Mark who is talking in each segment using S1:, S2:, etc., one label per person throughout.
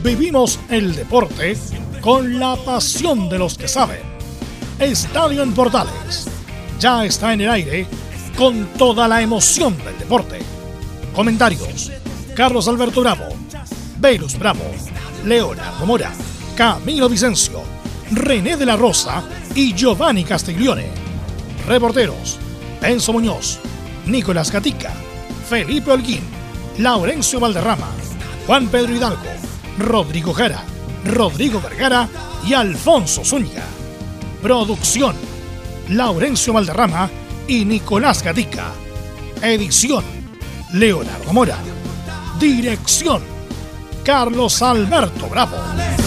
S1: Vivimos el deporte con la pasión de los que saben. Estadio en Portales ya está en el aire con toda la emoción del deporte. Comentarios: Carlos Alberto Bravo, Velus Bravo, Leonardo Mora, Camilo Vicencio, René de la Rosa y Giovanni Castiglione. Reporteros: Enzo Muñoz, Nicolás Gatica, Felipe Holguín, Laurencio Valderrama, Juan Pedro Hidalgo, Rodrigo Jara, Rodrigo Vergara y Alfonso Zúñiga. Producción: Laurencio Valderrama y Nicolás Gatica. Edición: Leonardo Mora. Dirección: Carlos Alberto Bravo.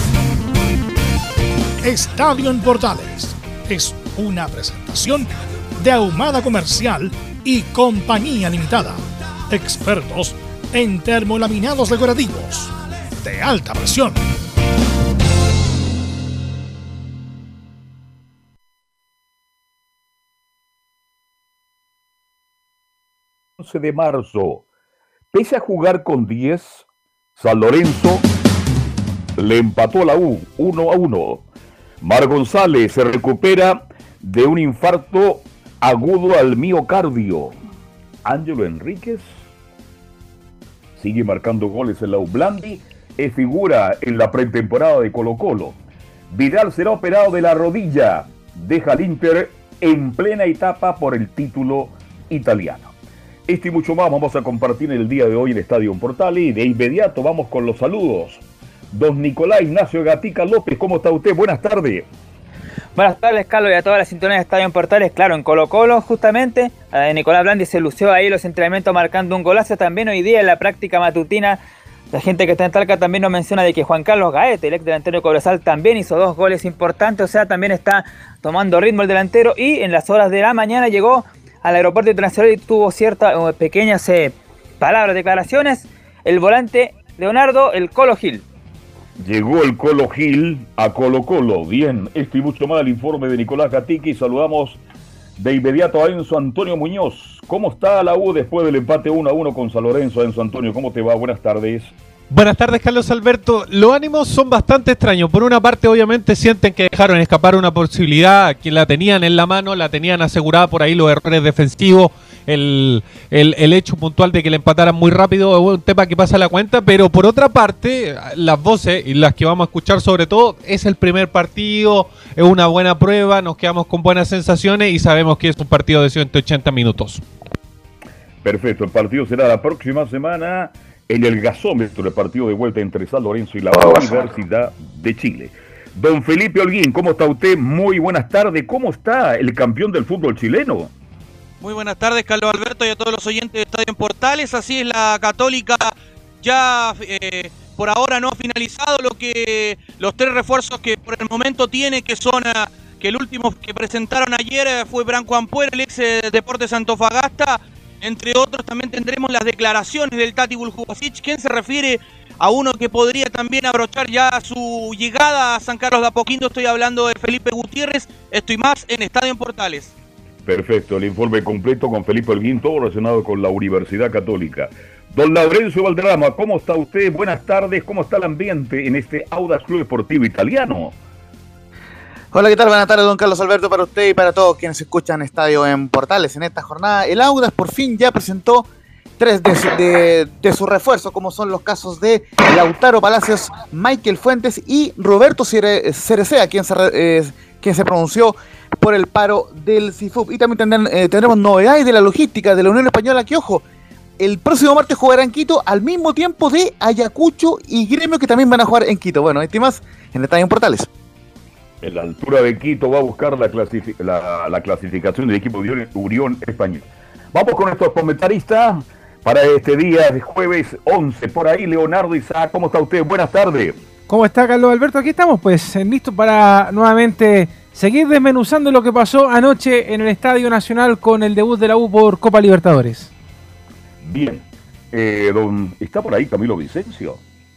S1: Estadio en Portales es una presentación de Ahumada Comercial y Compañía Limitada. Expertos en termolaminados decorativos de alta presión.
S2: De marzo, pese a jugar con 10, San Lorenzo le empató a la U 1-1. Mar González se recupera de un infarto agudo al miocardio. Ángelo Enríquez sigue marcando goles en la U. Blandi es figura en la pretemporada de Colo-Colo. Vidal será operado de la rodilla. Deja al Inter en plena etapa por el título italiano. Esto y mucho más vamos a compartir el día de hoy en Estadio Portales, y de inmediato vamos con los saludos. Don Nicolás Ignacio Gatica López, ¿cómo está usted? Buenas tardes.
S3: Buenas tardes, Carlos, y a todas las sintonías de Estadio Portales. Claro, en Colo-Colo justamente, Nicolás Blandi se lució ahí los entrenamientos marcando un golazo. También hoy día en la práctica matutina, la gente que está en Talca también nos menciona de que Juan Carlos Gaete, el ex delantero de Cobresal, también hizo 2 goles importantes. O sea, también está tomando ritmo el delantero, y en las horas de la mañana llegó al aeropuerto internacional y tuvo ciertas pequeñas palabras, declaraciones, el volante Leonardo "el Colo" Gil.
S2: Llegó el Colo Gil a Colo-Colo. Bien, esto y mucho más el informe de Nicolás Gatica, y saludamos de inmediato a Enzo Antonio Muñoz. ¿Cómo está la U después del empate 1-1 con San Lorenzo? Enzo Antonio, ¿cómo te va? Buenas tardes.
S4: Buenas tardes, Carlos Alberto. Los ánimos son bastante extraños. Por una parte, obviamente, sienten que dejaron escapar una posibilidad, que la tenían en la mano, la tenían asegurada por ahí los errores defensivos, el hecho puntual de que le empataran muy rápido, es un tema que pasa a la cuenta. Pero por otra parte, las voces, y las que vamos a escuchar sobre todo, es el primer partido, es una buena prueba, nos quedamos con buenas sensaciones y sabemos que es un partido de 180 minutos.
S2: Perfecto, el partido será la próxima semana en el gasómetro, el partido de vuelta entre San Lorenzo y la Universidad de Chile. Don Felipe Holguín, ¿cómo está usted? Muy buenas tardes. ¿Cómo está el campeón del fútbol chileno?
S5: Muy buenas tardes, Carlos Alberto, y a todos los oyentes de Estadio en Portales. Así es, la Católica ya por ahora no ha finalizado los 3 refuerzos que por el momento tiene, que son que el último que presentaron ayer fue Branco Ampuero, el ex Deportes Antofagasta. Entre otros, también tendremos las declaraciones del Tati Buljubasic, quien se refiere a uno que podría también abrochar ya su llegada a San Carlos de Apoquindo. Estoy hablando de Felipe Gutiérrez. Esto y más en Estadio en Portales.
S2: Perfecto, el informe completo con Felipe Holguín, todo relacionado con la Universidad Católica. Don Laurencio Valderrama, ¿cómo está usted? Buenas tardes, ¿cómo está el ambiente en este Audax Club Deportivo Italiano?
S6: Hola, ¿qué tal? Buenas tardes, don Carlos Alberto, para usted y para todos quienes escuchan Estadio en Portales. En esta jornada, el Audax por fin ya presentó 3 de sus refuerzos, como son los casos de Lautaro Palacios, Michael Fuentes y Roberto Cerecea, quien se pronunció por el paro del CIFUB. Y también tendremos novedades de la logística de la Unión Española, que, ojo, el próximo martes jugará en Quito al mismo tiempo de Ayacucho y Gremio, que también van a jugar en Quito. Bueno, este más en Estadio en Portales.
S2: En la altura de Quito va a buscar la clasificación del equipo de Unión Española. Vamos con nuestros comentaristas para este día de jueves 11. Por ahí, Leonardo Isaac, ¿cómo está usted? Buenas tardes.
S7: ¿Cómo está, Carlos Alberto? Aquí estamos, pues, listos para nuevamente seguir desmenuzando lo que pasó anoche en el Estadio Nacional con el debut de la U por Copa Libertadores.
S2: Bien. ¿Está por ahí Camilo Vicencio?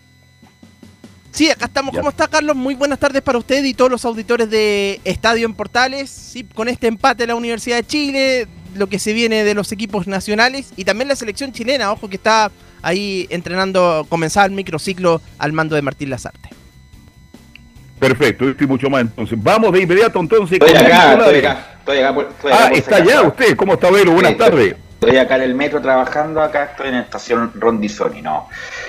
S8: Sí, acá estamos. ¿Cómo está, Carlos? Muy buenas tardes para usted y todos los auditores de Estadio en Portales. Sí, con este empate de la Universidad de Chile, lo que se viene de los equipos nacionales y también la selección chilena, ojo, que está ahí entrenando, comenzaba el microciclo al mando de Martín Lazarte.
S2: Perfecto, estoy mucho más entonces. Vamos de inmediato entonces.
S9: Estoy acá.
S2: Está allá usted. ¿Cómo está, Velo? Buenas tardes.
S9: Estoy acá en el metro trabajando, acá estoy en la estación Rondizoni, ¿no?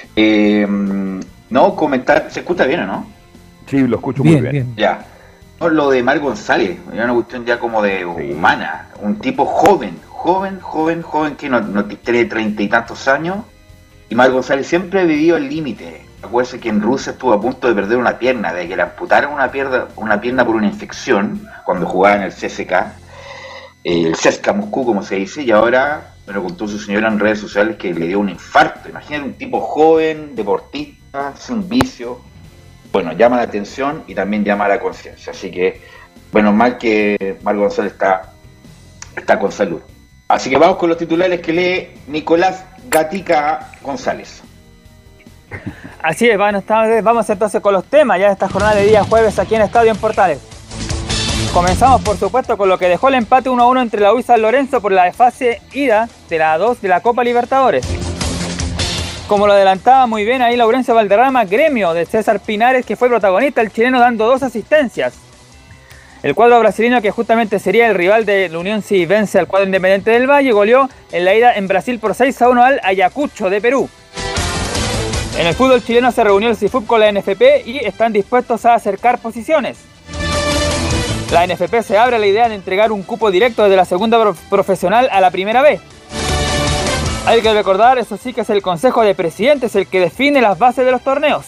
S9: No, comentar, ¿se escucha bien o no?
S2: Sí, lo escucho muy bien.
S9: Ya. No, lo de Mar González, era una cuestión ya como de humana. Un tipo joven, que no tiene 30 y tantos años. Y Mar González siempre ha vivido al límite. Acuérdense que en Rusia estuvo a punto de perder una pierna, de que le amputaron una pierna por una infección cuando jugaba en el CSKA, el CSKA Moscú, como se dice, y ahora, bueno, contó su señora en redes sociales que le dio un infarto. Imagínate un tipo joven, deportista, sin vicio. Bueno, llama la atención y también llama a la conciencia. Así que, bueno, mal que Mar González está con salud. Así que vamos con los titulares que lee Nicolás Gatica González.
S3: Así es, vamos entonces con los temas ya de esta jornada de día jueves aquí en Estadio en Portales. Comenzamos por supuesto con lo que dejó el empate 1-1 entre la U y San Lorenzo por la fase ida de la 2 de la Copa Libertadores. Como lo adelantaba muy bien ahí Laurencio Valderrama, gremio de César Pinares, que fue protagonista, el chileno dando 2 asistencias. El cuadro brasileño, que justamente sería el rival de la Unión, si vence al cuadro Independiente del Valle, goleó en la ida en Brasil por 6-1 al Ayacucho de Perú. En el fútbol chileno se reunió el CIFUB con la NFP y están dispuestos a acercar posiciones. La NFP se abre a la idea de entregar un cupo directo desde la segunda profesional a la primera B. Hay que recordar, eso sí, que es el Consejo de Presidentes el que define las bases de los torneos.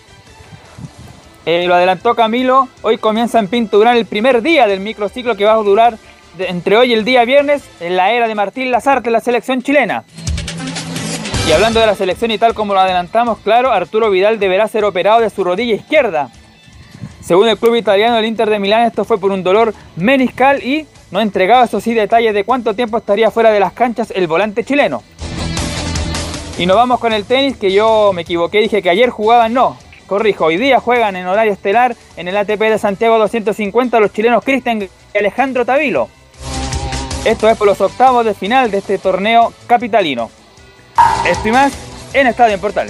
S3: Lo adelantó Camilo, hoy comienza en Pinto Durán el primer día del microciclo que va a durar entre hoy y el día viernes en la era de Martín Lazarte en la selección chilena. Y hablando de la selección y tal como lo adelantamos, claro, Arturo Vidal deberá ser operado de su rodilla izquierda. Según el club italiano, el Inter de Milán, esto fue por un dolor meniscal y no ha entregado, eso sí, detalles de cuánto tiempo estaría fuera de las canchas el volante chileno. Y nos vamos con el tenis, que yo me equivoqué, dije que ayer jugaban, no, corrijo, hoy día juegan en horario estelar en el ATP de Santiago 250 los chilenos Cristian y Alejandro Tavilo. Esto es por los octavos de final de este torneo capitalino. Esto y más en Estadio en Portales.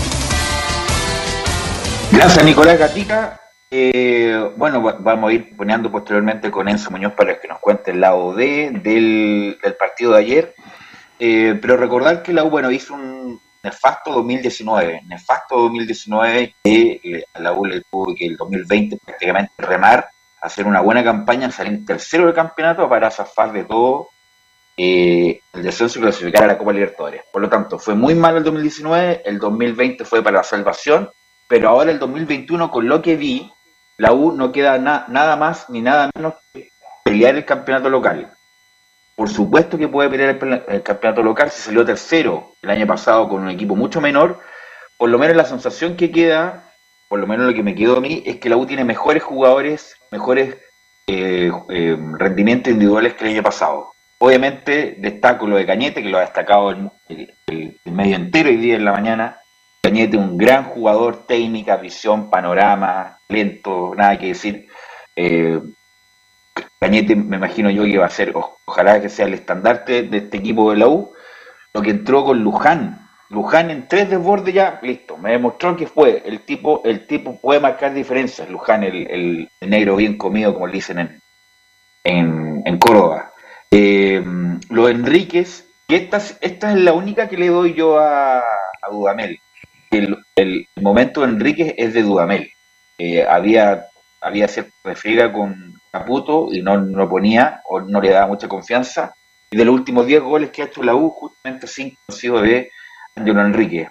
S9: Gracias, Nicolás Gatica. Bueno, vamos a ir poniendo posteriormente con Enzo Muñoz para que nos cuente el lado del partido de ayer. Pero recordar que la U, bueno, hizo un nefasto 2019, que a la U le tuvo que el 2020 prácticamente remar, hacer una buena campaña, salir tercero del campeonato para zafar de todo el descenso y clasificar a la Copa Libertadores. Por lo tanto, fue muy malo el 2019, el 2020 fue para la salvación, pero ahora el 2021, con lo que vi, la U no queda nada más ni nada menos que pelear el campeonato local. Por supuesto que puede pelear el campeonato local, si salió tercero el año pasado con un equipo mucho menor. Por lo menos la sensación que queda, por lo menos lo que me quedó a mí, es que la U tiene mejores jugadores, mejores rendimientos individuales que el año pasado. Obviamente destaco lo de Cañete, que lo ha destacado el medio entero hoy día en la mañana. Cañete, un gran jugador, técnica, visión, panorama, lento, nada que decir. Cañete, me imagino yo que va a ser, ojalá que sea el estandarte de este equipo de la U. Lo que entró con Luján en 3 desbordes ya, listo, me demostró que fue el tipo puede marcar diferencias. Luján, el negro bien comido, como le dicen en Córdoba. Lo de Enríquez, que esta es la única que le doy yo a Dudamel. El momento de Enríquez es de Dudamel. Había cierta refriega con Caputo y no lo ponía o no le daba mucha confianza. Y de los últimos 10 goles que ha hecho la U, justamente 5 han sido de Ángelo Enríquez.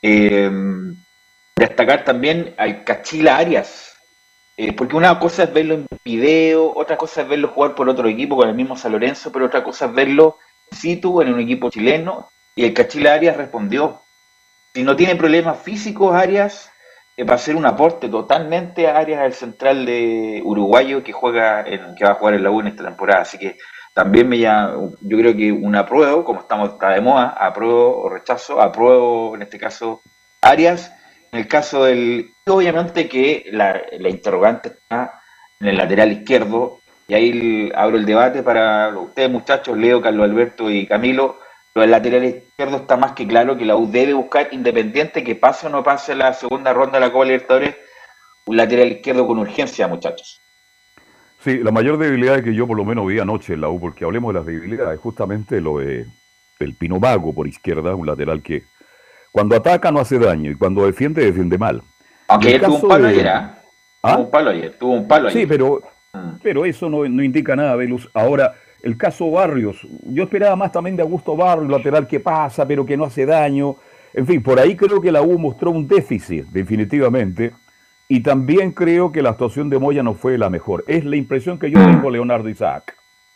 S9: Destacar también al Cachila Arias, porque una cosa es verlo en video, otra cosa es verlo jugar por otro equipo con el mismo San Lorenzo, pero otra cosa es verlo in situ en un equipo chileno, y el Cachila Arias respondió. Si no tiene problemas físicos Arias, va a ser un aporte totalmente a Arias, el central de uruguayo que va a jugar en la U en esta temporada. Así que también yo creo que un apruebo, como está de moda, apruebo o rechazo, apruebo en este caso Arias. En el caso obviamente que la interrogante está en el lateral izquierdo, y ahí abro el debate para ustedes, muchachos, Leo, Carlos Alberto y Camilo. Pero el lateral izquierdo está más que claro que la U debe buscar, independiente que pase o no pase la segunda ronda de la Copa Libertadores, un lateral izquierdo con urgencia, muchachos.
S2: Sí, la mayor debilidad que yo por lo menos vi anoche en la U, porque hablemos de las debilidades, justamente lo de el Pino Vago por izquierda, un lateral que cuando ataca no hace daño y cuando defiende mal.
S9: Aunque ayer tuvo un palo ayer, tuvo un palo ayer.
S2: Sí, pero eso no indica nada, Velus. Ahora, el caso Barrios, yo esperaba más también de Augusto Barrios, lateral que pasa, pero que no hace daño. En fin, por ahí creo que la U mostró un déficit, definitivamente. Y también creo que la actuación de Moya no fue la mejor. Es la impresión que yo tengo, Leonardo Isaac.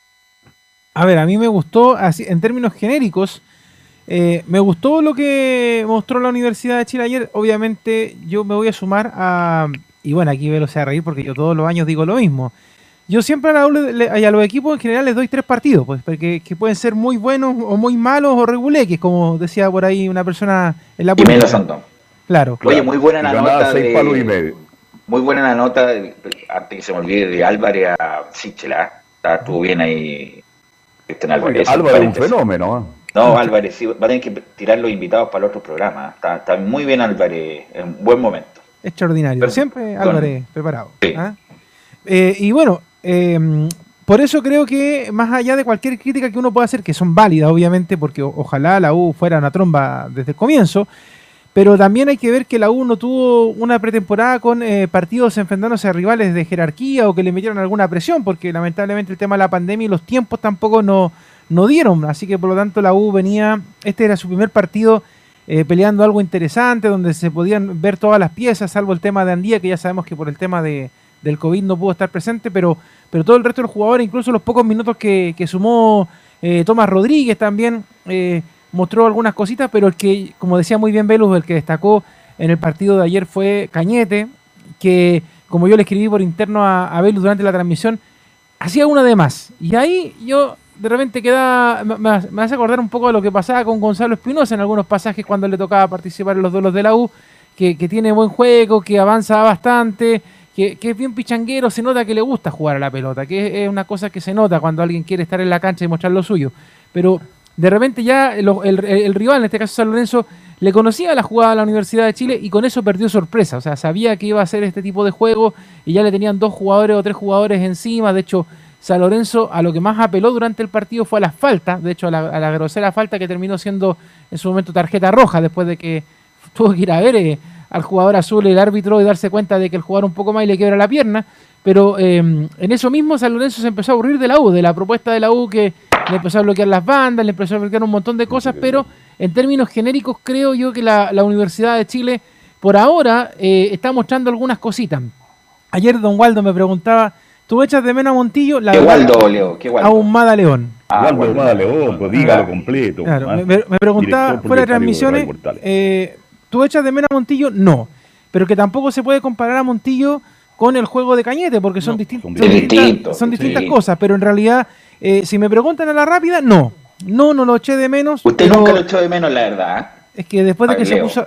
S7: A ver, a mí me gustó, así, en términos genéricos, me gustó lo que mostró la Universidad de Chile ayer. Obviamente yo me voy a sumar a... Y bueno, aquí Velo se va a reír porque yo todos los años digo lo mismo. Yo siempre a los equipos en general les doy 3 partidos, pues, porque que pueden ser muy buenos o muy malos o reguleques, como decía por ahí una persona en la
S9: política. Santo.
S7: Claro.
S9: Oye, muy buena la nota de... Muy buena la nota, antes que se me olvide, de Álvarez a Sichela. Estuvo bien ahí Álvarez.
S2: Álvarez es un fenómeno.
S9: No, Álvarez sí, va a tener que tirar los invitados para el otro programa. Está muy bien Álvarez, en un buen momento.
S7: Extraordinario, siempre Álvarez preparado.
S9: Sí.
S7: Y bueno, por eso creo que más allá de cualquier crítica que uno pueda hacer, que son válidas obviamente, porque ojalá la U fuera una tromba desde el comienzo, pero también hay que ver que la U no tuvo una pretemporada con partidos enfrentándose a rivales de jerarquía o que le metieron alguna presión, porque lamentablemente el tema de la pandemia y los tiempos tampoco no dieron, así que por lo tanto la U venía, este era su primer partido peleando algo interesante, donde se podían ver todas las piezas, salvo el tema de Andía, que ya sabemos que por el tema del COVID no pudo estar presente, pero todo el resto de los jugadores, incluso los pocos minutos que sumó Tomás Rodríguez también, mostró algunas cositas, pero el que, como decía muy bien Velus, el que destacó en el partido de ayer fue Cañete, que como yo le escribí por interno a Velus durante la transmisión, hacía una de más. Y ahí yo de repente me hace acordar un poco de lo que pasaba con Gonzalo Espinosa en algunos pasajes cuando le tocaba participar en los duelos de la U, que tiene buen juego, que avanza bastante, que es bien pichanguero, se nota que le gusta jugar a la pelota, que es una cosa que se nota cuando alguien quiere estar en la cancha y mostrar lo suyo. Pero de repente ya el rival, en este caso San Lorenzo, le conocía la jugada de la Universidad de Chile y con eso perdió sorpresa. O sea, sabía que iba a hacer este tipo de juego y ya le tenían 2 jugadores o 3 jugadores encima. De hecho, San Lorenzo a lo que más apeló durante el partido fue a las faltas. De hecho, a la grosera falta que terminó siendo en su momento tarjeta roja después de que tuvo que ir a ver al jugador azul el árbitro y darse cuenta de que el jugador un poco más y le quiebra la pierna. Pero en eso mismo San Lorenzo se empezó a aburrir de la U, de la propuesta de la U, que le empezó a bloquear las bandas, le empezó a bloquear un montón de cosas, pero en términos genéricos creo yo que la Universidad de Chile por ahora está mostrando algunas cositas. Ayer Don Waldo me preguntaba, ¿tú echas de menos a Montillo?
S9: ¿Qué Waldo, Leo? ¿Qué Waldo?
S7: Ahumada León.
S2: Ahumada León, pues dígalo completo.
S7: Claro, me preguntaba fuera de transmisiones, ¿tú echas de menos a Montillo? No, pero que tampoco se puede comparar a Montillo con el juego de Cañete, porque son distintas cosas, pero en realidad, si me preguntan a la rápida, no lo eché de menos.
S9: Usted nunca lo echó de menos, la verdad.
S7: Es que después de que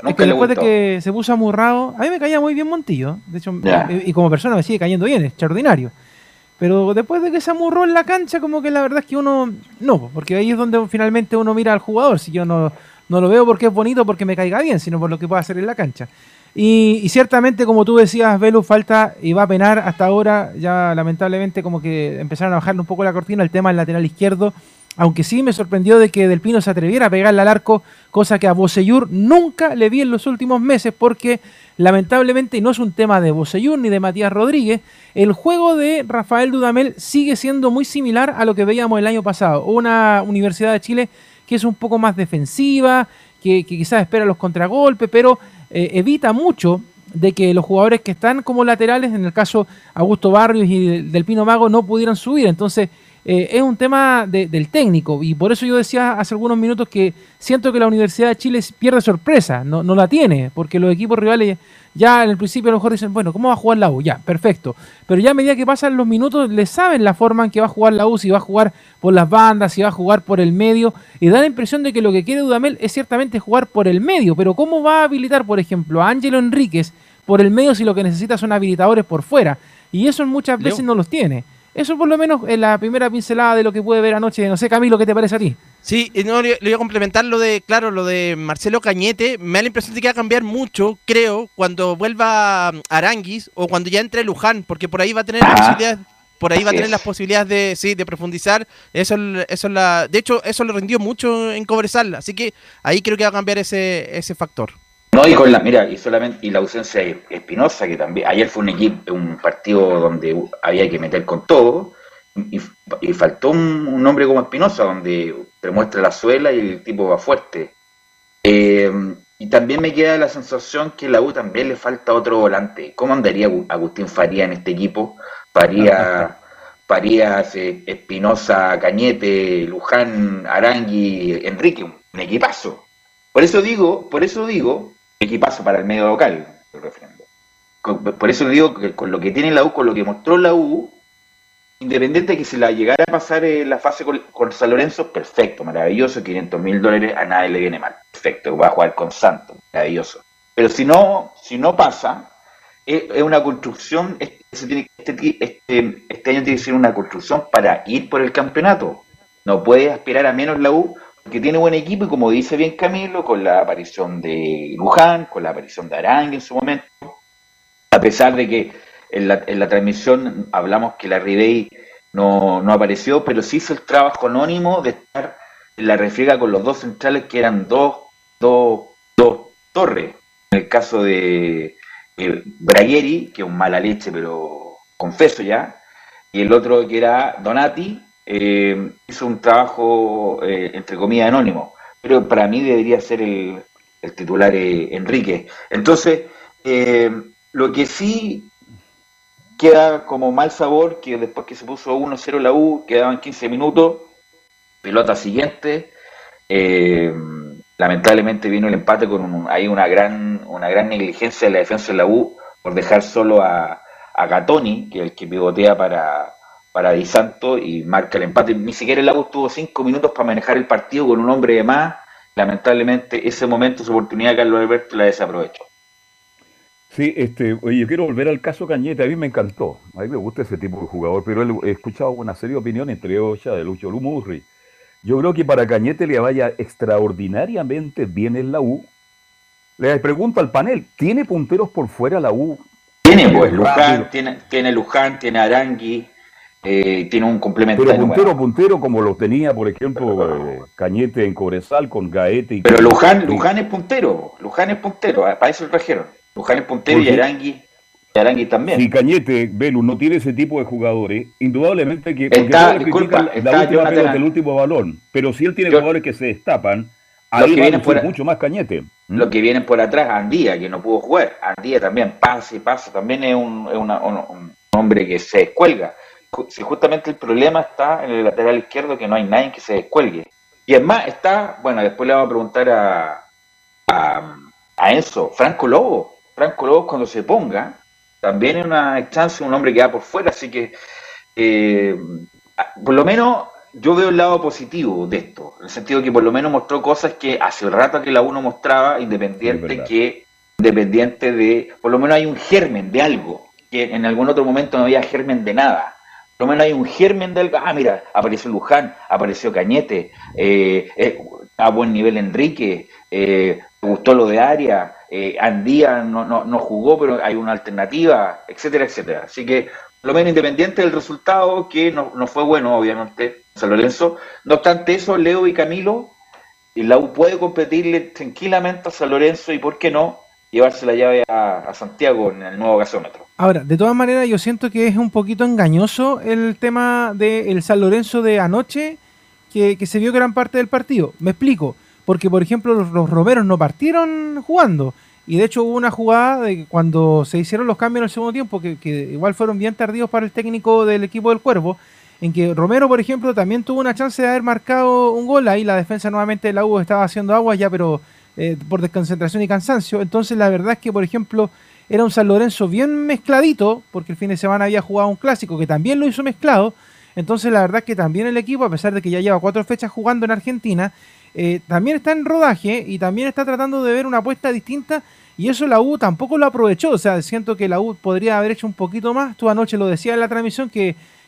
S7: se puso amurrado, a mí me caía muy bien Montillo, de hecho, y como persona me sigue cayendo bien, es extraordinario. Pero después de que se amurró en la cancha, como que la verdad es que uno no, porque ahí es donde finalmente uno mira al jugador. Si yo no lo veo porque es bonito, porque me caiga bien, sino por lo que pueda hacer en la cancha. Y ciertamente, como tú decías, Velu, falta y va a penar hasta ahora. Ya lamentablemente como que empezaron a bajarle un poco la cortina el tema del lateral izquierdo. Aunque sí me sorprendió de que Del Pino se atreviera a pegarle al arco, cosa que a Bocellur nunca le vi en los últimos meses, porque lamentablemente, y no es un tema de Bocellur ni de Matías Rodríguez, el juego de Rafael Dudamel sigue siendo muy similar a lo que veíamos el año pasado. Una Universidad de Chile que es un poco más defensiva, que quizás espera los contragolpes, pero evita mucho de que los jugadores que están como laterales, en el caso Augusto Barrios y Del Pino Mago, no pudieran subir. Entonces es un tema del técnico, y por eso yo decía hace algunos minutos que siento que la Universidad de Chile pierde sorpresa, no la tiene, porque los equipos rivales ya en el principio a lo mejor dicen, bueno, ¿cómo va a jugar la U? Ya, perfecto, pero ya a medida que pasan los minutos le saben la forma en que va a jugar la U, si va a jugar por las bandas, si va a jugar por el medio, y da la impresión de que lo que quiere Dudamel es ciertamente jugar por el medio, pero ¿cómo va a habilitar, por ejemplo, a Ángelo Enríquez por el medio si lo que necesita son habilitadores por fuera? Y eso muchas veces no los tiene. Eso por lo menos es la primera pincelada de lo que pude ver anoche. No sé, Camilo, ¿qué te parece a ti?
S8: Sí, no, le voy a complementar lo de Marcelo Cañete. Me da la impresión de que va a cambiar mucho, creo, cuando vuelva Aranguis o cuando ya entre Luján, porque por ahí va a tener posibilidades. Por ahí va a tener las posibilidades de profundizar. De hecho, eso le rindió mucho en Cobresal. Así que ahí creo que va a cambiar ese factor.
S9: No, y con y la ausencia de Espinosa, que también ayer fue un partido donde había que meter con todo, y faltó un hombre como Espinosa, donde te muestra la suela y el tipo va fuerte. Y también me queda la sensación que a la U también le falta otro volante. ¿Cómo andaría Agustín Faría en este equipo? Farías, Espinosa, Cañete, Luján, Arangui, Enrique, un equipazo. Por eso digo, equipazo para el medio local, el refrendo. Por eso digo que con lo que tiene la U, con lo que mostró la U, independiente de que se la llegara a pasar la fase con San Lorenzo, perfecto, maravilloso, $500,000 a nadie le viene mal, perfecto, va a jugar con Santos, maravilloso. Pero si no pasa, es una construcción, este año tiene que ser una construcción para ir por el campeonato. No puede aspirar a menos la U, porque tiene buen equipo, y como dice bien Camilo, con la aparición de Luján, con la aparición de Arangui en su momento, a pesar de que en la transmisión hablamos que la Ribey no apareció, pero sí hizo el trabajo anónimo de estar en la refriega con los dos centrales, que eran dos torres. En el caso de Bragueri, que es un mala leche, pero confeso ya, y el otro que era Donati, hizo un trabajo entre comillas anónimo, pero para mí debería ser el titular Enrique. Entonces, lo que sí queda como mal sabor, que después que se puso 1-0 la U, quedaban 15 minutos, pelota siguiente, lamentablemente vino el empate con una gran negligencia de la defensa de la U por dejar solo a Gatoni, que es el que pivotea para Di Santo, y marca el empate. Ni siquiera el Lago tuvo 5 minutos para manejar el partido con un hombre de más. Lamentablemente ese momento, esa oportunidad, Carlos Alberto la desaprovechó.
S2: Sí, oye, yo quiero volver al caso Cañete. A mí me encantó, a mí me gusta ese tipo de jugador, pero he escuchado una serie de opiniones, entre ellas de Lucho Lumurri. Yo creo que para Cañete le vaya extraordinariamente bien en la U. Le pregunto al panel, ¿tiene punteros por fuera la U?
S9: Tiene, pues, Luján, tiene Luján, tiene Arangui, tiene un complementario.
S2: Pero puntero como lo tenía, por ejemplo, Cañete en Cobresal con Gaete.
S9: Pero Luján es puntero, para eso lo trajeron. Luján es puntero y Arangui también.
S2: Si Cañete, Velus, no tiene ese tipo de jugadores, indudablemente que
S9: está
S2: la última pelota del último balón, pero si él tiene jugadores que se destapan, ahí va a lucir mucho más Cañete.
S9: Los que vienen por atrás, Andía, que no pudo jugar. Andía también pasa, también es un hombre que se descuelga. Si justamente el problema está en el lateral izquierdo, que no hay nadie que se descuelgue. Y es más, después le vamos a preguntar a Enzo, Franco Lobo cuando se ponga, también es una chance, un hombre que va por fuera, así que por lo menos yo veo el lado positivo de esto, en el sentido que por lo menos mostró cosas que hace rato que la U no mostraba, independiente de, por lo menos hay un germen de algo, que en algún otro momento no había germen de nada. Por lo menos hay un germen de algo. Mira, apareció Luján, apareció Cañete, a buen nivel Enrique, me gustó lo de Arias, Andía no jugó, pero hay una alternativa, etcétera, etcétera. Así que, por lo menos independiente del resultado, que no fue bueno, obviamente, San Lorenzo. No obstante eso, Leo y Camilo, la U puede competirle tranquilamente a San Lorenzo y, ¿por qué no?, llevarse la llave a Santiago en el nuevo gasómetro.
S7: Ahora, de todas maneras, yo siento que es un poquito engañoso el tema del San Lorenzo de anoche, que se vio gran parte del partido. Me explico, porque por ejemplo los romeros no partieron jugando, y de hecho hubo una jugada de cuando se hicieron los cambios en el segundo tiempo, que igual fueron bien tardíos para el técnico del equipo del Cuervo, en que Romero, por ejemplo, también tuvo una chance de haber marcado un gol. Ahí la defensa nuevamente de la U estaba haciendo agua ya, pero por desconcentración y cansancio. Entonces la verdad es que, por ejemplo, era un San Lorenzo bien mezcladito, porque el fin de semana había jugado un clásico que también lo hizo mezclado. Entonces la verdad es que también el equipo, a pesar de que ya lleva 4 fechas jugando en Argentina, también está en rodaje y también está tratando de ver una apuesta distinta, y eso la U tampoco lo aprovechó. O sea, siento que la U podría haber hecho un poquito más. Tú anoche lo decías en la transmisión, que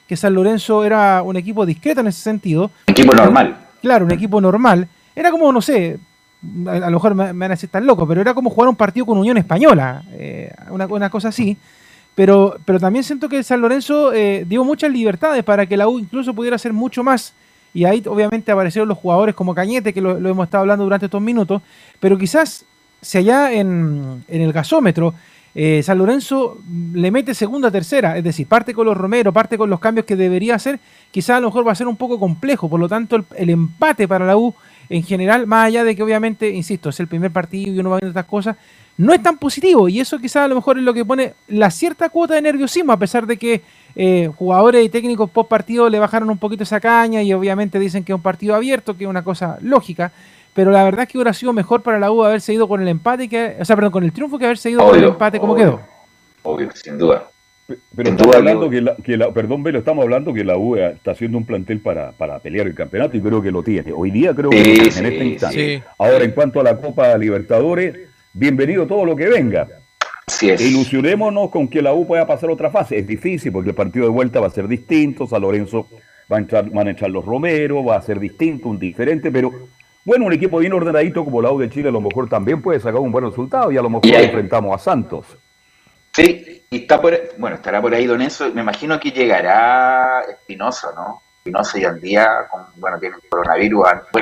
S7: que San Lorenzo era un equipo discreto en ese sentido.
S9: Equipo normal.
S7: Claro, un equipo normal. Era como, no sé, a lo mejor me van a decir tan loco, pero era como jugar un partido con Unión Española, una cosa así. Pero también siento que San Lorenzo dio muchas libertades para que la U incluso pudiera hacer mucho más. Y ahí obviamente aparecieron los jugadores como Cañete, que lo hemos estado hablando durante estos minutos. Pero quizás si allá en el gasómetro San Lorenzo le mete segunda, tercera, es decir, parte con los Romero, parte con los cambios que debería hacer, quizás a lo mejor va a ser un poco complejo. Por lo tanto, el empate para la U en general, más allá de que obviamente, insisto, es el primer partido y uno va viendo estas cosas, no es tan positivo, y eso quizás a lo mejor es lo que pone la cierta cuota de nerviosismo, a pesar de que jugadores y técnicos post partido le bajaron un poquito esa caña y obviamente dicen que es un partido abierto, que es una cosa lógica, pero la verdad es que hubiera sido mejor para la U haberse ido con el empate, con el triunfo, que haberse ido con el empate como quedó.
S9: Obvio, sin duda.
S2: Pero estamos hablando perdón, Velo, estamos hablando que la U está haciendo un plantel para pelear el campeonato y creo que lo tiene. Hoy día creo que en este instante. Sí. Ahora, en cuanto a la Copa Libertadores, bienvenido todo lo que venga.
S9: Así es.
S2: Ilusionémonos con que la U pueda pasar otra fase. Es difícil porque el partido de vuelta va a ser distinto. San Lorenzo van a entrar los Romero, va a ser distinto, un diferente, pero bueno, un equipo bien ordenadito como la U de Chile a lo mejor también puede sacar un buen resultado y a lo mejor enfrentamos a Santos.
S9: Sí, y estará por ahí Don Enzo. Me imagino que llegará Espinosa, ¿no? Espinosa y Andía, tienen coronavirus.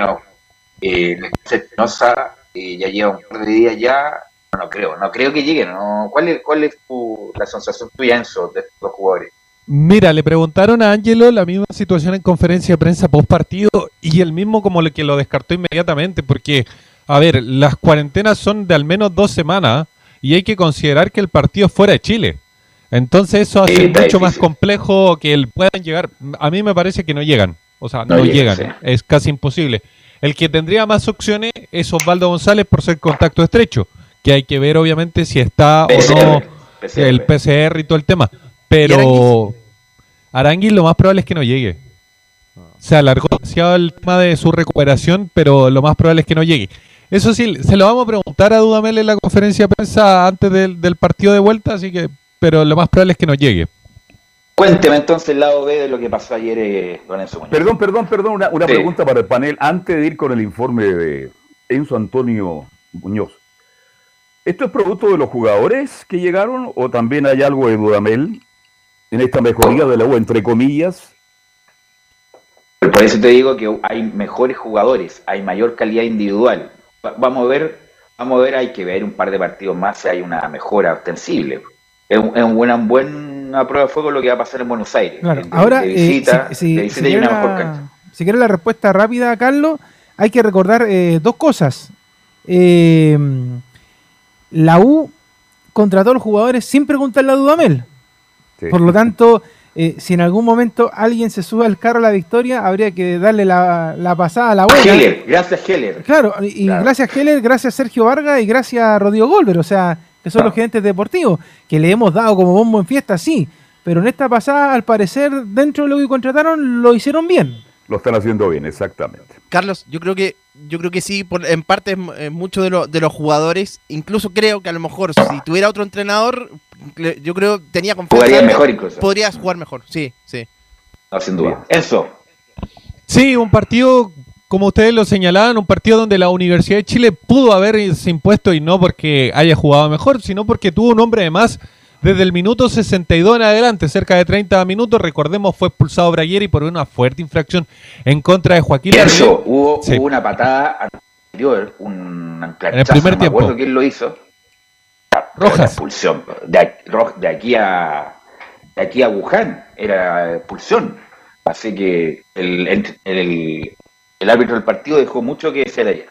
S9: Espinosa ya lleva un par de días ya. No creo que lleguen, ¿no? ¿Cuál es la sensación tuya, Enzo, de estos jugadores?
S4: Mira, le preguntaron a Ángelo la misma situación en conferencia de prensa post partido y él mismo como que lo descartó inmediatamente porque, a ver, las cuarentenas son de al menos 2 semanas y hay que considerar que el partido es fuera de Chile. Entonces eso hace mucho más complejo que puedan llegar. A mí me parece que no llegan, o sea, no llegan, sí. Es casi imposible. El que tendría más opciones es Osvaldo González por ser contacto estrecho, que hay que ver obviamente si está o no el PCR y todo el tema. Pero Aránguiz lo más probable es que no llegue. Se alargó demasiado el tema de su recuperación, pero lo más probable es que no llegue. Eso sí, se lo vamos a preguntar a Dudamel en la conferencia de prensa antes del partido de vuelta, pero lo más probable es que no llegue.
S9: Cuénteme entonces el lado B de lo que pasó ayer, don Enzo Muñoz.
S2: Perdón, una pregunta para el panel antes de ir con el informe de Enzo Antonio Muñoz. ¿Esto es producto de los jugadores que llegaron o también hay algo de Dudamel en esta mejoría de la U, entre comillas?
S9: Por eso te digo que hay mejores jugadores, hay mayor calidad individual. Vamos a ver, hay que ver un par de partidos más si hay una mejora ostensible. Es una buena prueba de fuego lo que va a pasar en Buenos Aires.
S7: Claro. Ahora, si quiere la respuesta rápida, Carlos, hay que recordar 2 cosas. La U contrató a los jugadores sin preguntarle a Dudamel. Sí. Por lo tanto, si en algún momento alguien se sube al carro a la victoria, habría que darle la pasada a la buena.
S9: Gracias Heller.
S7: Claro, gracias Heller, gracias Sergio Vargas y gracias Rodrigo Goldberg, o sea, que son los gerentes deportivos, que le hemos dado como bombo en fiesta, sí, pero en esta pasada, al parecer, dentro de lo que contrataron, lo hicieron bien.
S2: Lo están haciendo bien, exactamente.
S8: Carlos, yo creo que sí, en parte muchos de los jugadores, incluso creo que a lo mejor si tuviera otro entrenador, yo creo tenía confianza.
S9: Jugaría mejor incluso.
S8: Podrías jugar mejor, sí.
S9: No, sin duda. Eso.
S4: Sí, un partido, como ustedes lo señalaban, un partido donde la Universidad de Chile pudo haberse impuesto y no porque haya jugado mejor, sino porque tuvo un hombre de más desde el minuto 62 en adelante, cerca de 30 minutos. Recordemos, fue expulsado Bragueri por una fuerte infracción en contra de Joaquín.
S9: Eso, hubo una patada anterior, un
S4: en el primer tiempo.
S9: No me acuerdo quién lo hizo.
S4: Rojas.
S9: Expulsión. De aquí a Wuhan era expulsión. Así que el árbitro del partido dejó mucho que desear ayer.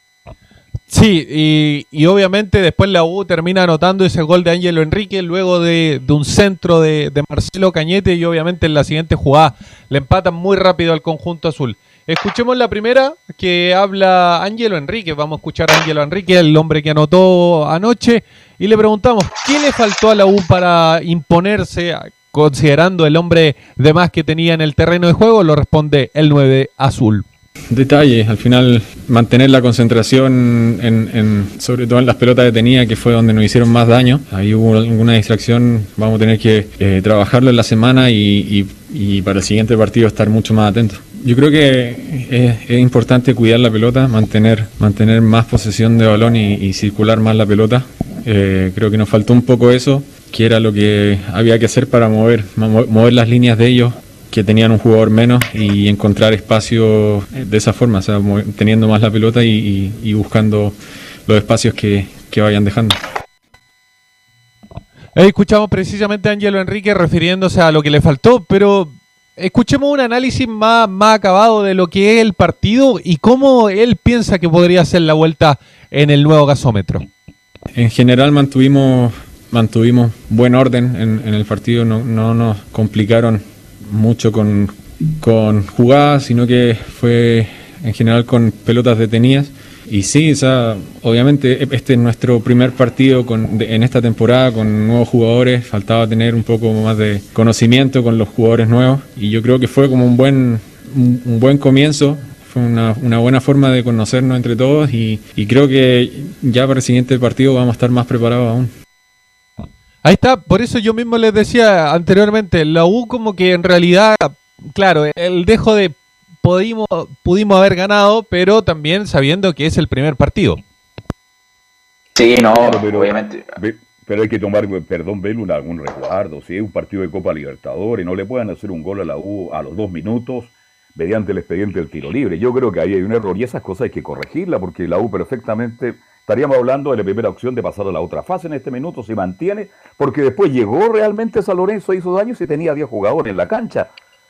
S4: Sí, y obviamente después la U termina anotando ese gol de Ángelo Enrique luego de un centro de Marcelo Cañete y obviamente en la siguiente jugada le empatan muy rápido al conjunto azul. Escuchemos la primera que habla Ángelo Enrique. Vamos a escuchar a Ángelo Enrique, el hombre que anotó anoche, y le preguntamos ¿qué le faltó a la U para imponerse considerando el hombre de más que tenía en el terreno de juego? Lo responde el 9 azul.
S10: Detalles, al final mantener la concentración sobre todo en las pelotas que tenía, que fue donde nos hicieron más daño. Ahí hubo alguna distracción, vamos a tener que trabajarlo en la semana y y para el siguiente partido estar mucho más atento. Yo creo que es importante cuidar la pelota, mantener más posesión de balón y circular más la pelota. Creo que nos faltó un poco eso, que era lo que había que hacer para mover las líneas de ellos, que tenían un jugador menos, y encontrar espacio de esa forma, o sea, teniendo más la pelota y buscando los espacios que vayan dejando.
S4: Escuchamos precisamente a Ángelo Enrique refiriéndose a lo que le faltó, pero escuchemos un análisis más acabado de lo que es el partido y cómo él piensa que podría ser la vuelta en el nuevo gasómetro.
S10: En general mantuvimos buen orden en el partido, no nos complicaron mucho con jugadas, sino que fue en general con pelotas detenidas. Y sí, o sea, obviamente este es nuestro primer partido en esta temporada con nuevos jugadores, faltaba tener un poco más de conocimiento con los jugadores nuevos, y yo creo que fue como un buen comienzo, fue una buena forma de conocernos entre todos, y creo que ya para el siguiente partido vamos a estar más preparados aún.
S4: Ahí está, por eso yo mismo les decía anteriormente, la U como que en realidad, claro, el dejo de pudimos haber ganado, pero también sabiendo que es el primer partido.
S9: Sí, no,
S2: pero,
S9: obviamente.
S2: Pero hay que tomar, perdón, Belu, algún resguardo. Si es un partido de Copa Libertadores, no le puedan hacer un gol a la U a los 2 minutos mediante el expediente del tiro libre. Yo creo que ahí hay un error y esas cosas hay que corregirlas, porque la U perfectamente, estaríamos hablando de la primera opción de pasar a la otra fase en este minuto, se mantiene, porque después llegó realmente San Lorenzo, hizo daño y tenía 10 jugadores en la cancha.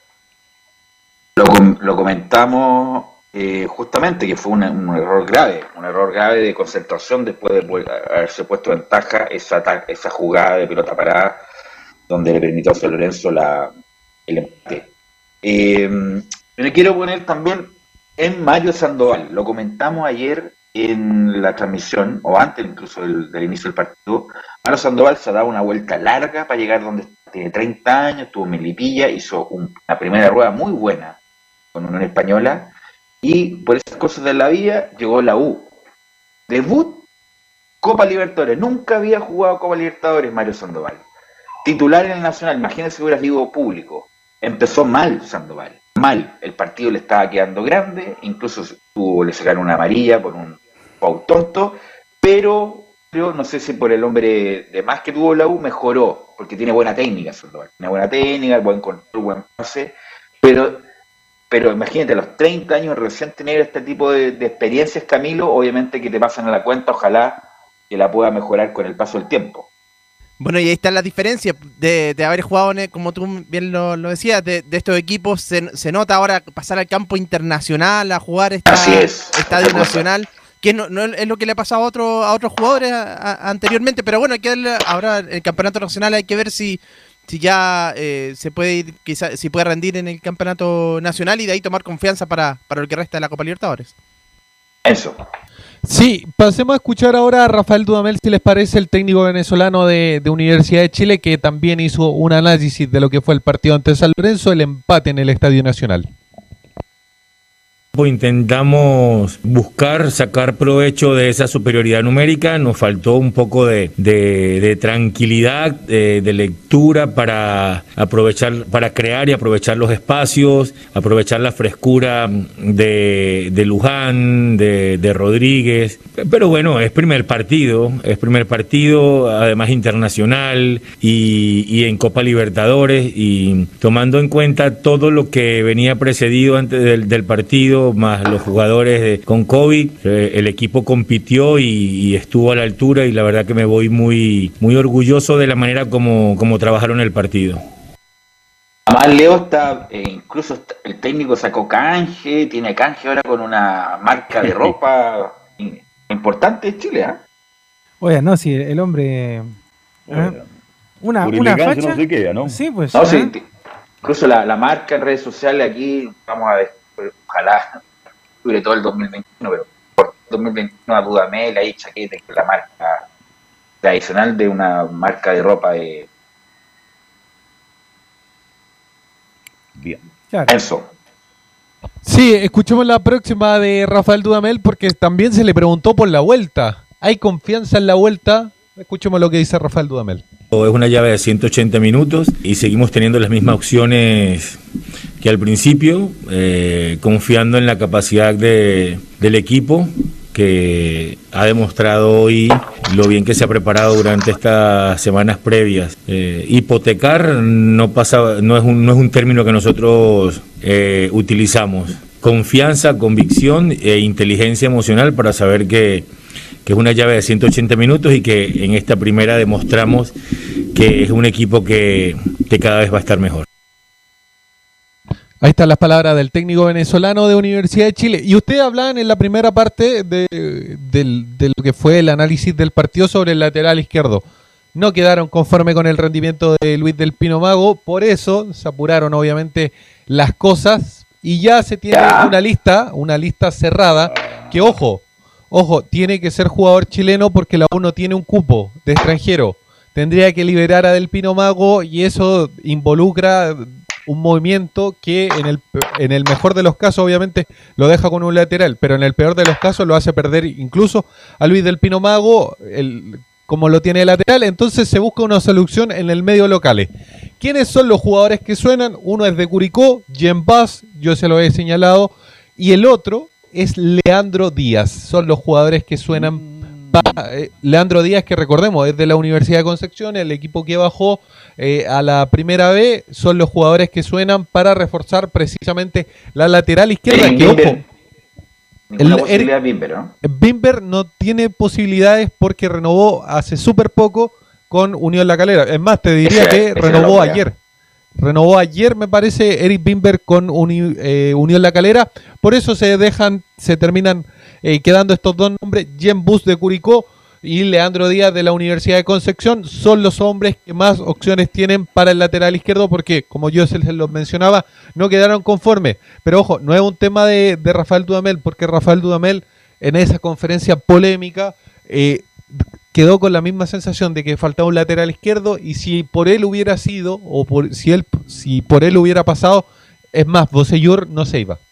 S9: Lo comentamos justamente, que fue un error grave de concentración después de haberse puesto en ventaja esa jugada de pelota parada donde le permitió a San Lorenzo el empate. Me quiero poner también en Mario Sandoval, lo comentamos ayer en la transmisión, o antes incluso del inicio del partido. Mario Sandoval se ha dado una vuelta larga para llegar donde está. Tiene 30 años, tuvo Melipilla, hizo una primera rueda muy buena con Unión Española, y por esas cosas de la vida llegó la U. Debut Copa Libertadores, nunca había jugado Copa Libertadores Mario Sandoval. Titular en el Nacional, imagínense que hubiera sido público. Empezó mal Sandoval, mal, el partido le estaba quedando grande, incluso le sacaron una amarilla por un foul tonto, pero no sé si por el hombre de más que tuvo la U mejoró, porque tiene buena técnica Sandoval, tiene buena técnica, buen control, buen pase, pero imagínate, a los 30 años recién tener este tipo de experiencias, Camilo, obviamente que te pasan a la cuenta, ojalá que la pueda mejorar con el paso del tiempo.
S8: Bueno, y ahí está la diferencia de haber jugado, como tú bien lo decías, de estos equipos. Se nota ahora pasar al campo internacional, a jugar estadio nacional, que no es lo que le ha pasado a otros jugadores anteriormente, pero bueno, hay que darle, ahora el campeonato nacional hay que ver si ya se puede ir, quizás si puede rendir en el campeonato nacional y de ahí tomar confianza para lo que resta de la Copa Libertadores.
S9: Eso.
S4: Sí, pasemos a escuchar ahora a Rafael Dudamel, si les parece, el técnico venezolano de Universidad de Chile, que también hizo un análisis de lo que fue el partido ante San Lorenzo, el empate en el Estadio Nacional.
S11: Intentamos buscar sacar provecho de esa superioridad numérica, nos faltó un poco de tranquilidad, de lectura para aprovechar, para crear y aprovechar los espacios, aprovechar la frescura de Luján, de Rodríguez, pero bueno, es primer partido, además internacional y en Copa Libertadores, y tomando en cuenta todo lo que venía precedido antes del partido, más los jugadores con COVID, el equipo compitió y estuvo a la altura, y la verdad que me voy muy orgulloso de la manera como trabajaron el partido.
S9: Además, Leo está, incluso el técnico sacó canje, tiene canje ahora con una marca de ropa importante de Chile, ¿eh?
S7: Oye, no, si el hombre... una facha...
S2: no se queda, ¿no?
S7: Sí, pues...
S9: No, sí, incluso la marca en redes sociales aquí, vamos a ver, ojalá dure todo el 2021, pero por 2021 a Dudamel, ahí chaqueta, que es la marca tradicional de una marca de ropa de...
S2: Bien.
S7: Claro.
S9: Eso.
S4: Sí, escuchemos la próxima de Rafael Dudamel, porque también se le preguntó por la vuelta. ¿Hay confianza en la vuelta? Escuchemos lo que dice Rafael Dudamel.
S11: Es una llave de 180 minutos y seguimos teniendo las mismas opciones que al principio, confiando en la capacidad del equipo, que ha demostrado hoy lo bien que se ha preparado durante estas semanas previas. Hipotecar no es un término que nosotros utilizamos. Confianza, convicción e inteligencia emocional para saber que es una llave de 180 minutos y que en esta primera demostramos que es un equipo que cada vez va a estar mejor.
S4: Ahí están las palabras del técnico venezolano de Universidad de Chile. Y ustedes hablaban en la primera parte de lo que fue el análisis del partido sobre el lateral izquierdo. No quedaron conforme con el rendimiento de Luis del Pino Mago, por eso se apuraron obviamente las cosas y ya se tiene una lista cerrada que, ojo, tiene que ser jugador chileno porque la U no tiene un cupo de extranjero. Tendría que liberar a Del Pino Mago y eso involucra un movimiento que en el mejor de los casos obviamente lo deja con un lateral, pero en el peor de los casos lo hace perder incluso a Luis del Pino Mago, como lo tiene de lateral. Entonces se busca una solución en el medio local. ¿Quiénes son los jugadores que suenan? Uno es de Curicó, Jen Bass, yo se lo he señalado, y el otro es Leandro Díaz. Son los jugadores que suenan para Leandro Díaz, que recordemos es de la Universidad de Concepción, el equipo que bajó a la primera B. Son los jugadores que suenan para reforzar precisamente la lateral izquierda. Que ojo,
S9: Bimber, ¿no?
S4: Bimber no tiene posibilidades porque renovó hace súper poco con Unión La Calera. Es más, te diría que renovó ayer. Renovó ayer, me parece, Eric Bimber con Unión La Calera. Por eso se terminan quedando estos dos nombres. Jen Bus de Curicó y Leandro Díaz de la Universidad de Concepción. Son los hombres que más opciones tienen para el lateral izquierdo porque, como yo se los mencionaba, no quedaron conformes. Pero ojo, no es un tema de Rafael Dudamel, porque Rafael Dudamel en esa conferencia polémica quedó con la misma sensación de que faltaba un lateral izquierdo, y si por él hubiera sido, o si por él hubiera pasado, es más, Bocellur no se iba.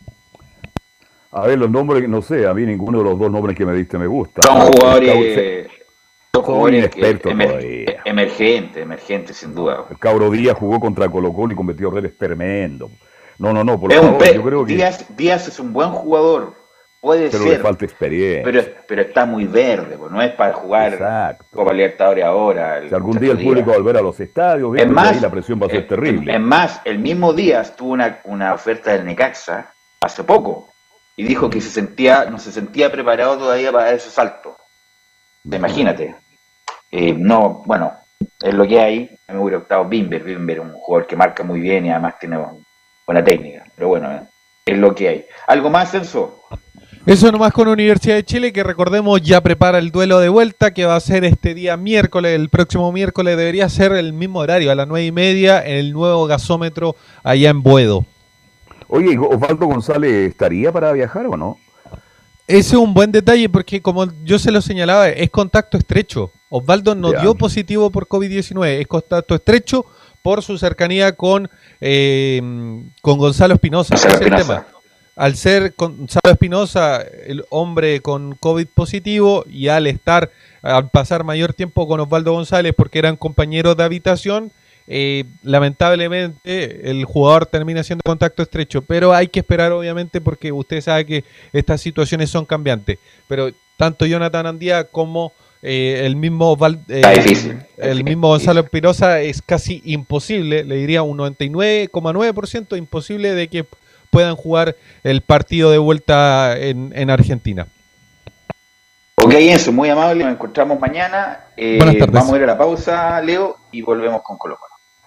S2: A ver, los nombres, no sé, a mí ninguno de los dos nombres que me diste me gusta.
S9: Son jugadores emergentes, sin duda.
S2: El Cabro Díaz jugó contra Colo-Colo y cometió errores tremendos. No, por favor, yo creo que
S9: Díaz es un buen jugador. Puede
S2: pero
S9: ser,
S2: le falta experiencia.
S9: Pero está muy verde, pues no es para jugar Copa Libertadores ahora.
S2: Si algún día el público va a volver a los estadios,
S9: es más,
S2: ahí la presión va a ser terrible.
S9: Es más, el mismo Díaz tuvo una oferta del Necaxa hace poco y dijo que no se sentía preparado todavía para ese salto. Imagínate. No, bueno, es lo que hay. Me hubiera gustado Bimber, un jugador que marca muy bien y además tiene buena técnica. Pero bueno, es lo que hay. ¿Algo más, Celso?
S4: Eso nomás con Universidad de Chile, que recordemos ya prepara el duelo de vuelta que va a ser este día miércoles. El próximo miércoles debería ser el mismo horario, a las 9:30, en el nuevo gasómetro allá en Boedo.
S2: Oye, ¿Osvaldo González estaría para viajar o no?
S4: Ese es un buen detalle porque, como yo se lo señalaba, es contacto estrecho. Osvaldo no dio positivo por COVID-19, es contacto estrecho por su cercanía con Gonzalo Espinosa. Ese es el tema. Al ser Gonzalo Espinosa el hombre con COVID positivo y al pasar mayor tiempo con Osvaldo González porque eran compañeros de habitación, lamentablemente el jugador termina siendo contacto estrecho, pero hay que esperar obviamente porque usted sabe que estas situaciones son cambiantes, pero tanto Jonathan Andía como el mismo Gonzalo Espinosa es casi imposible, le diría un 99,9% imposible de que puedan jugar el partido de vuelta en Argentina.
S9: Ok, Enzo, muy amable, nos encontramos mañana.
S4: Buenas tardes.
S9: Vamos a ir a la pausa, Leo, y volvemos con Colo-Colo.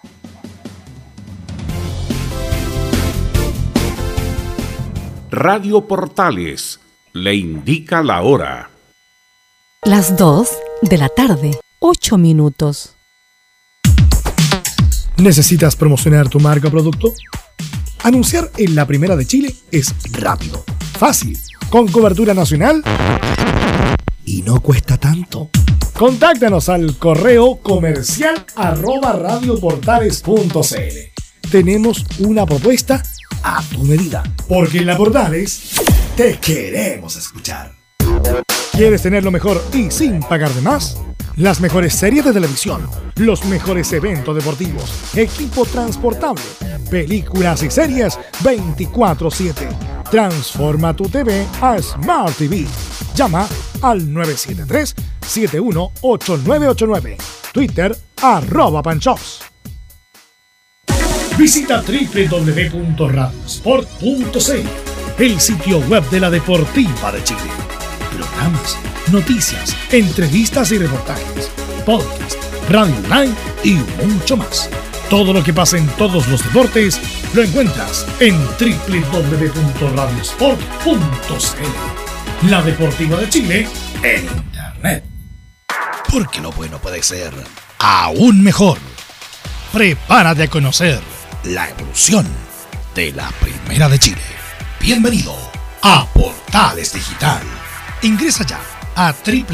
S12: Radio Portales le indica la hora.
S13: Las 2 de la tarde, 8 minutos.
S1: ¿Necesitas promocionar tu marca o producto? Anunciar en la Primera de Chile es rápido, fácil, con cobertura nacional y no cuesta tanto. Contáctanos al correo comercial @radioportales.cl. Tenemos una propuesta a tu medida, porque en la Portales te queremos escuchar. ¿Quieres tener lo mejor y sin pagar de más? Las mejores series de televisión, los mejores eventos deportivos, equipo transportable, películas y series 24/7. Transforma tu TV a Smart TV. Llama al 973-718989. Twitter @Panchops. Visita www.radiosport.cl, el sitio web de la Deportiva de Chile. Programas, noticias, entrevistas y reportajes, podcast, radio online y mucho más. Todo lo que pasa en todos los deportes lo encuentras en www.radiosport.cl. La Deportiva de Chile en Internet. Porque lo bueno puede ser aún mejor. Prepárate a conocer la evolución de la Primera de Chile. Bienvenido a Portales Digital. Ingresa ya a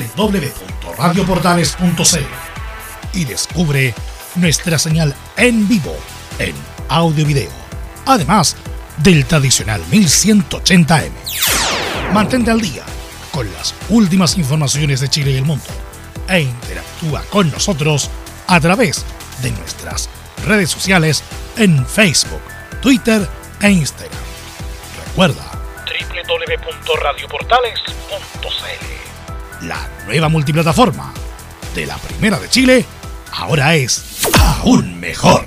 S1: www.radioportales.cl y descubre nuestra señal en vivo en audio y video, además del tradicional 1180M. Mantente al día con las últimas informaciones de Chile y el mundo e interactúa con nosotros a través de nuestras redes sociales en Facebook, Twitter e Instagram. Recuerda www.radioportales.cl. La nueva multiplataforma de la Primera de Chile ahora es aún mejor.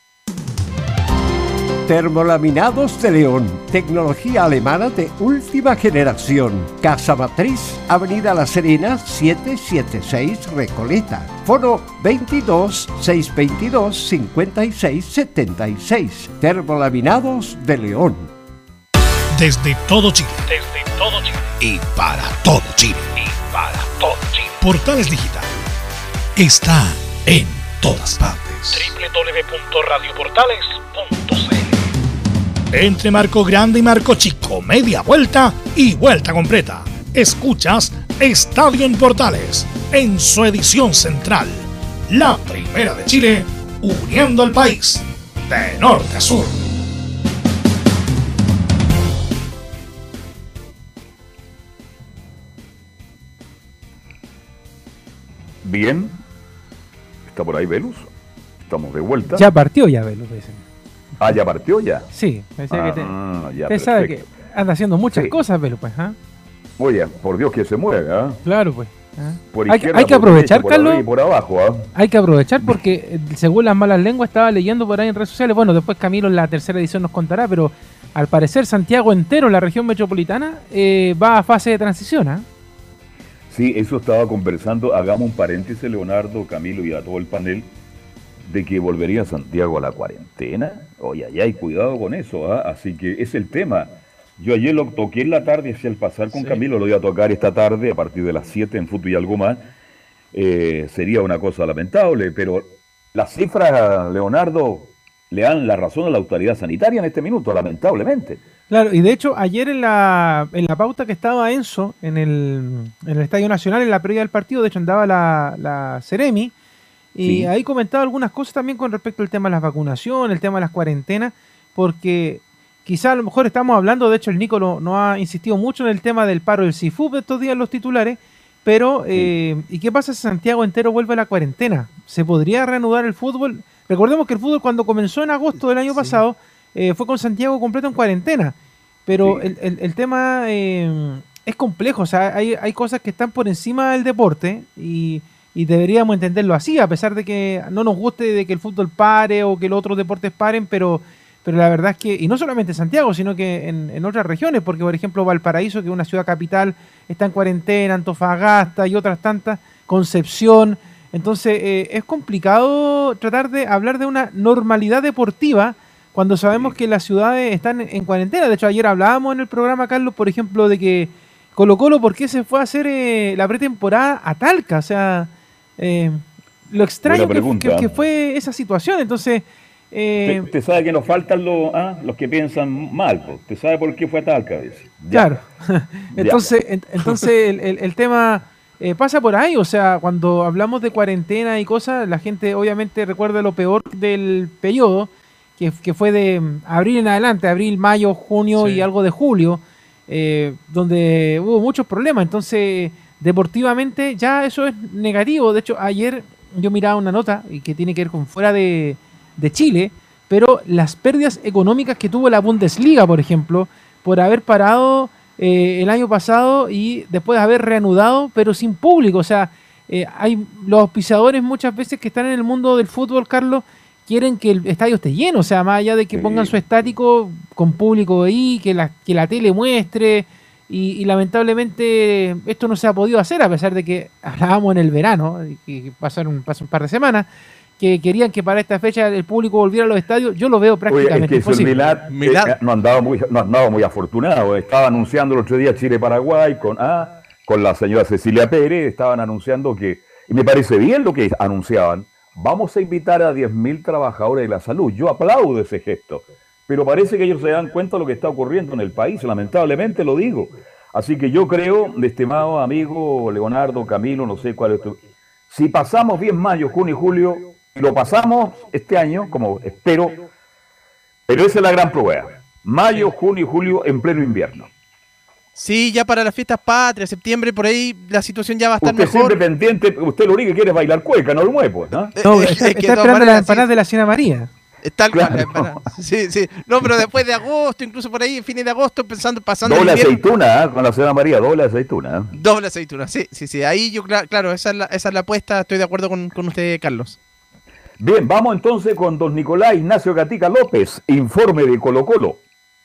S14: Termolaminados de León, tecnología alemana de última generación. Casa Matriz, Avenida La Serena, 776 Recoleta. Foro 22 622 5676. Termolaminados de León.
S1: Desde todo Chile. Y para todo Chile. Portales Digital está en todas partes. www.radioportales.cl. Entre Marco Grande y Marco Chico, media vuelta y vuelta completa. Escuchas Estadio en Portales, en su edición central. La Primera de Chile, uniendo al país, de norte a sur.
S2: Bien. ¿Está por ahí Velus? Estamos de vuelta.
S7: Ya partió ya Velus, dicen.
S2: Ah, ¿ya partió ya?
S7: Sí, pensé que
S2: ya,
S7: usted sabe que anda haciendo muchas cosas, Velus, pues, ¿ah?
S2: Oye, por Dios que se mueva, ¿ah?
S7: Claro, pues.
S2: Por
S7: Hay
S2: izquierda,
S7: que aprovechar,
S2: por
S7: Carlos.
S2: arriba y por abajo, ¿ah?
S7: Hay que aprovechar porque, según las malas lenguas, estaba leyendo por ahí en redes sociales. Bueno, después Camilo en la tercera edición nos contará, pero al parecer Santiago entero, la región metropolitana, va a fase de transición, ¿ah?
S2: Sí, eso estaba conversando. Hagamos un paréntesis, Leonardo, Camilo y a todo el panel, de que volvería Santiago a la cuarentena. Oye, ya hay cuidado con eso, ¿ah? Así que es el tema. Yo ayer lo toqué en la tarde, hacia el pasar con Camilo, lo voy a tocar esta tarde a partir de las 7 en Fútbol y algo más. Sería una cosa lamentable, pero las cifras, Leonardo, le dan la razón a la autoridad sanitaria en este minuto, lamentablemente.
S7: Claro, y de hecho ayer en la pauta que estaba Enzo en el Estadio Nacional, en la previa del partido, de hecho andaba la Ceremi, y ahí comentaba algunas cosas también con respecto al tema de las vacunaciones, el tema de las cuarentenas, porque quizá a lo mejor estamos hablando, de hecho el Nico no ha insistido mucho en el tema del paro del CIFUB de estos días, los titulares, pero ¿y qué pasa si Santiago entero vuelve a la cuarentena? ¿Se podría reanudar el fútbol? Recordemos que el fútbol cuando comenzó en agosto del año pasado fue con Santiago completo en cuarentena, pero el tema es complejo, o sea, hay cosas que están por encima del deporte y deberíamos entenderlo así, a pesar de que no nos guste de que el fútbol pare o que los otros deportes paren, pero la verdad es que, y no solamente Santiago, sino que en otras regiones, porque por ejemplo Valparaíso, que es una ciudad capital, está en cuarentena, Antofagasta y otras tantas, Concepción. Entonces es complicado tratar de hablar de una normalidad deportiva cuando sabemos que las ciudades están en cuarentena. De hecho, ayer hablábamos en el programa, Carlos, por ejemplo, de que Colo-Colo, ¿por qué se fue a hacer la pretemporada a Talca? O sea, lo extraño que fue esa situación. Entonces...
S2: Usted sabe que nos faltan los que piensan mal. ¿Usted sabe por qué fue a Talca?
S7: Claro. Entonces el tema pasa por ahí. O sea, cuando hablamos de cuarentena y cosas, la gente obviamente recuerda lo peor del periodo, que fue de abril en adelante, abril, mayo, junio y algo de julio, donde hubo muchos problemas. Entonces, deportivamente ya eso es negativo. De hecho, ayer yo miraba una nota y que tiene que ver con fuera de Chile, pero las pérdidas económicas que tuvo la Bundesliga, por ejemplo, por haber parado el año pasado y después de haber reanudado, pero sin público. O sea, hay los auspiciadores muchas veces que están en el mundo del fútbol, Carlos, quieren que el estadio esté lleno, o sea, más allá de que pongan su estático con público ahí, que la tele muestre, y lamentablemente esto no se ha podido hacer, a pesar de que hablábamos en el verano, que pasaron un par de semanas, que querían que para esta fecha el público volviera a los estadios. Yo lo veo prácticamente imposible.
S2: No andaba muy afortunado. Estaba anunciando el otro día Chile-Paraguay con la señora Cecilia Pérez, estaban anunciando que, y me parece bien lo que anunciaban, vamos a invitar a 10.000 trabajadores de la salud. Yo aplaudo ese gesto, pero parece que ellos se dan cuenta de lo que está ocurriendo en el país, lamentablemente lo digo. Así que yo creo, estimado amigo Leonardo, Camilo, no sé cuál es tu... Si pasamos bien mayo, junio y julio, y lo pasamos este año, como espero, pero esa es la gran prueba. Mayo, junio y julio en pleno invierno.
S8: Sí, ya para las fiestas patrias, septiembre, por ahí la situación ya va a estar
S2: usted
S8: mejor.
S2: Siempre pendiente, usted lo único que quiere es bailar cueca, no el muevo, ¿no?
S7: Está esperando las empanadas de la señora María.
S8: Tal cual,
S2: claro.
S8: Sí. No, pero después de agosto, incluso por ahí, fines de agosto, pasando
S2: doble aceituna, con la señora María, doble aceituna.
S8: Doble aceituna, sí. Ahí yo, claro, esa es la apuesta, estoy de acuerdo con usted, Carlos.
S2: Bien, vamos entonces con don Nicolás Ignacio Gatica López, informe de Colo-Colo.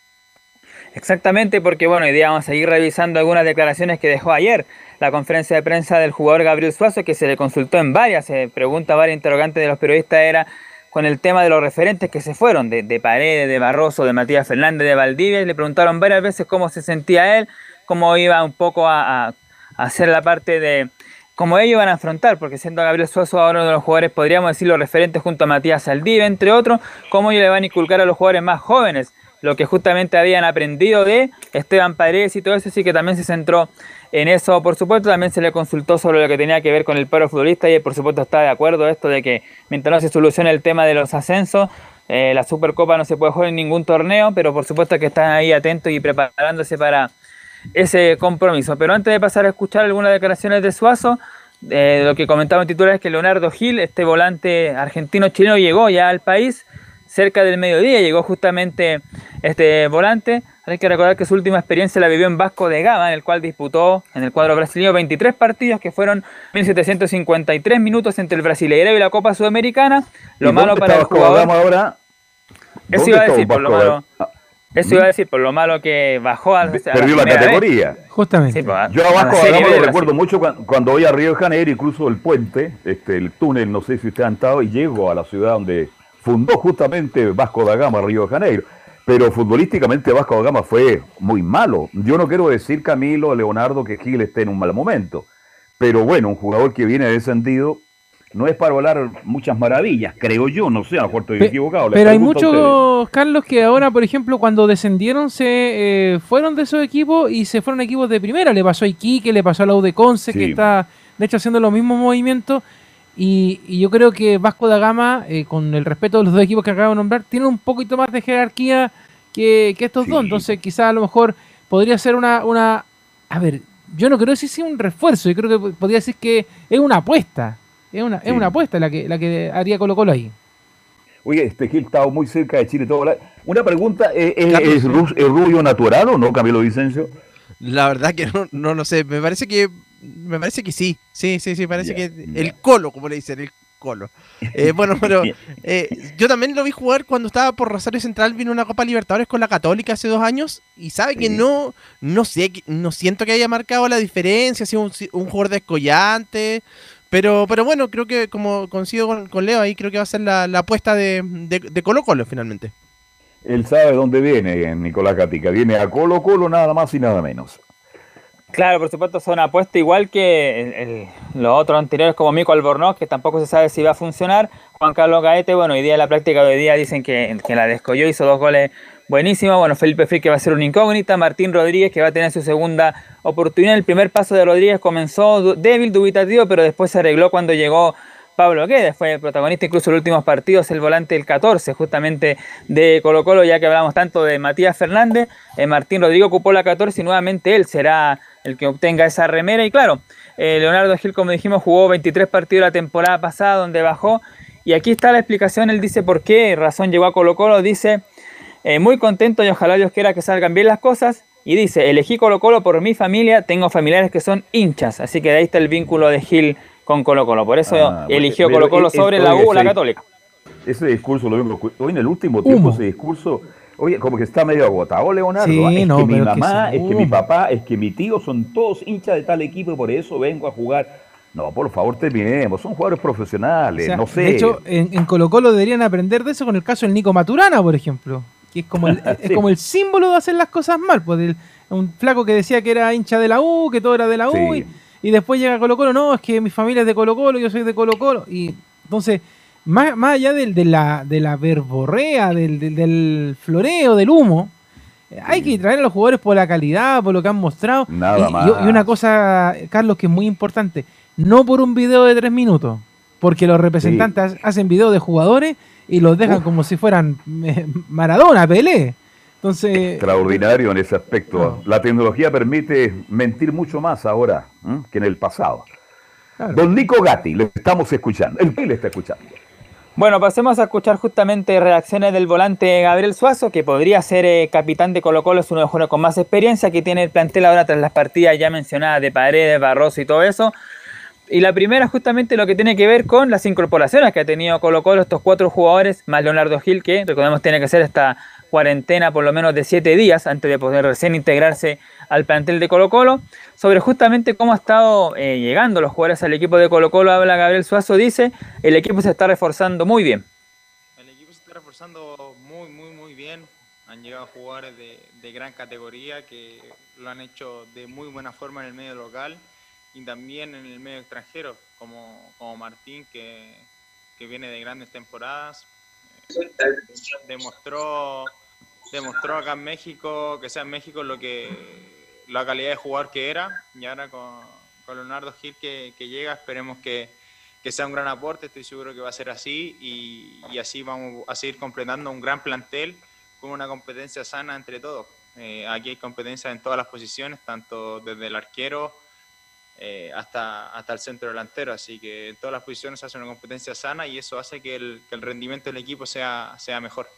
S3: Exactamente, porque bueno, hoy día vamos a seguir revisando algunas declaraciones que dejó ayer la conferencia de prensa del jugador Gabriel Suazo, que se le consultó en varias interrogantes de los periodistas, era con el tema de los referentes que se fueron, de Paredes, de Barroso, de Matías Fernández, de Valdivia, y le preguntaron varias veces cómo se sentía él, cómo iba un poco a hacer la parte de cómo ellos iban a afrontar, porque siendo Gabriel Suazo ahora uno de los jugadores, podríamos decir, los referentes junto a Matías Valdivia, entre otros, cómo ellos le van a inculcar a los jugadores más jóvenes lo que justamente habían aprendido de Esteban Paredes y todo eso, así que también se centró en eso. Por supuesto, también se le consultó sobre lo que tenía que ver con el paro futbolista, y él, por supuesto, está de acuerdo esto de que mientras no se solucione el tema de los ascensos, la Supercopa no se puede jugar en ningún torneo, pero por supuesto que están ahí atentos y preparándose para ese compromiso. Pero antes de pasar a escuchar algunas declaraciones de Suazo, lo que comentaba en titular es que Leonardo Gil, este volante argentino-chileno, llegó ya al país cerca del mediodía, llegó justamente este volante. Hay que recordar que su última experiencia la vivió en Vasco da Gama, en el cual disputó en el cuadro brasileño 23 partidos, que fueron 1.753 minutos entre el Brasileirao y la Copa Sudamericana. Lo malo para el jugador... Ahora? Eso iba a decir, por lo malo... Eso iba a decir, por lo malo que bajó a
S2: perdió la categoría.
S7: Vez. Justamente.
S2: Sí, yo a Vasco da Gama lo recuerdo mucho cuando voy a Río de Janeiro, incluso el puente, el túnel, no sé si usted ha estado, y llego a la ciudad donde fundó justamente Vasco da Gama, Río de Janeiro. Pero futbolísticamente Vasco da Gama fue muy malo. Yo no quiero decir, Camilo, Leonardo, que Gil esté en un mal momento. Pero bueno, un jugador que viene descendido no es para hablar muchas maravillas, creo yo, no sé, a lo mejor estoy equivocado.
S7: Pero hay muchos, Carlos, que ahora, por ejemplo, cuando descendieron se fueron de esos equipos y se fueron a equipos de primera. Le pasó a Iquique, le pasó a la U de Conce, que está, de hecho, haciendo los mismos movimientos. Y yo creo que Vasco da Gama, con el respeto de los dos equipos que acabo de nombrar, tiene un poquito más de jerarquía que estos dos. Entonces, quizás a lo mejor podría ser una... A ver, yo no creo decir si un refuerzo, yo creo que podría decir que es una apuesta. Es una apuesta la que haría Colo-Colo ahí.
S2: Oye, Gil está muy cerca de Chile. Una pregunta, ¿es rubio natural o no, Camilo Vicencio?
S8: La verdad que no lo sé, me parece que sí, parece que el Colo, como le dicen, el Colo. Bueno, pero yo también lo vi jugar cuando estaba por Rosario Central, vino una Copa Libertadores con la Católica hace 2 años, y sabe que no siento que haya marcado la diferencia, ha sido un jugador descollante, pero bueno, creo que como coincido con Leo ahí, creo que va a ser la apuesta de Colo-Colo finalmente.
S2: Él sabe dónde viene, Nicolás Gatica, viene a Colo-Colo nada más y nada menos.
S3: Claro, por supuesto, son apuestas igual que los otros anteriores, como Mico Albornoz, que tampoco se sabe si va a funcionar. Juan Carlos Gaete, bueno, hoy día en la práctica de hoy día dicen que la descolló, hizo 2 goles buenísimos. Bueno, Felipe Frick, que va a ser una incógnita. Martín Rodríguez, que va a tener su segunda oportunidad. El primer paso de Rodríguez comenzó débil, dubitativo, pero después se arregló cuando llegó Pablo Guedes, fue protagonista incluso en los últimos partidos, el volante del 14 justamente de Colo-Colo, ya que hablamos tanto de Matías Fernández. Martín Rodríguez ocupó la 14 y nuevamente él será el que obtenga esa remera. Y claro, Leonardo Gil, como dijimos, jugó 23 partidos la temporada pasada, donde bajó. Y aquí está la explicación, él dice por qué razón llegó a Colo-Colo. Dice, muy contento y ojalá Dios quiera que salgan bien las cosas. Y dice, elegí Colo-Colo por mi familia, tengo familiares que son hinchas. Así que de ahí está el vínculo de Gil con Colo-Colo. Por eso eligió Colo-Colo sobre la U o la Católica.
S2: Ese discurso lo vengo hoy en el último tiempo, ese discurso, oye, como que está medio agotado, Leonardo.
S7: Sí,
S2: es
S7: no,
S2: que mi
S7: pero
S2: mamá, es que mi papá, es que mi tío son todos hinchas de tal equipo y por eso vengo a jugar. No, por favor, terminemos. Son jugadores profesionales,
S7: O sea,
S2: no sé.
S7: De hecho, en Colo-Colo deberían aprender de eso con el caso del Nico Maturana, por ejemplo, que es como el, es como el símbolo de hacer las cosas mal. Pues un flaco que decía que era hincha de la U, que todo era de la U,
S2: Sí.
S7: y después llega a Colo-Colo, no, es que mi familia es de Colo-Colo, yo soy de Colo-Colo. Y entonces, más allá de la verborrea, del floreo, del humo, hay que traer a los jugadores por la calidad, por lo que han mostrado.
S2: Nada más.
S7: Y una cosa, Carlos, que es muy importante, no por un video de 3 minutos, porque los representantes hacen videos de jugadores y los dejan como si fueran Maradona, Pelé. Entonces,
S2: extraordinario en ese aspecto. La tecnología permite mentir mucho más ahora que en el pasado.
S7: Claro.
S2: Don Nico Gatti, le estamos escuchando. El país le está escuchando.
S3: Bueno, pasemos a escuchar justamente reacciones del volante Gabriel Suazo, que podría ser capitán de Colo-Colo, es uno de los jugadores con más experiencia que tiene el plantel ahora tras las partidas ya mencionadas de Paredes, Barroso y todo eso. Y la primera justamente lo que tiene que ver con las incorporaciones que ha tenido Colo-Colo, estos 4 jugadores, más Leonardo Gil, que recordemos tiene que hacer esta cuarentena por lo menos de 7 días antes de poder recién integrarse al plantel de Colo-Colo. Sobre justamente cómo ha estado llegando los jugadores al equipo de Colo-Colo, habla Gabriel Suazo, dice, el equipo se está reforzando muy bien.
S15: El equipo se está reforzando muy bien. Han llegado jugadores de gran categoría que lo han hecho de muy buena forma en el medio local y también en el medio extranjero, como Martín, que viene de grandes temporadas. Demostró acá en México, que sea en México la calidad de jugador que era, y ahora con Leonardo Gil que llega, esperemos que sea un gran aporte, estoy seguro que va a ser así, y así vamos a seguir completando un gran plantel con una competencia sana entre todos. Aquí hay competencia en todas las posiciones, tanto desde el arquero hasta el centro delantero, así que en todas las posiciones se hace una competencia sana y eso hace que el rendimiento del equipo sea mejor.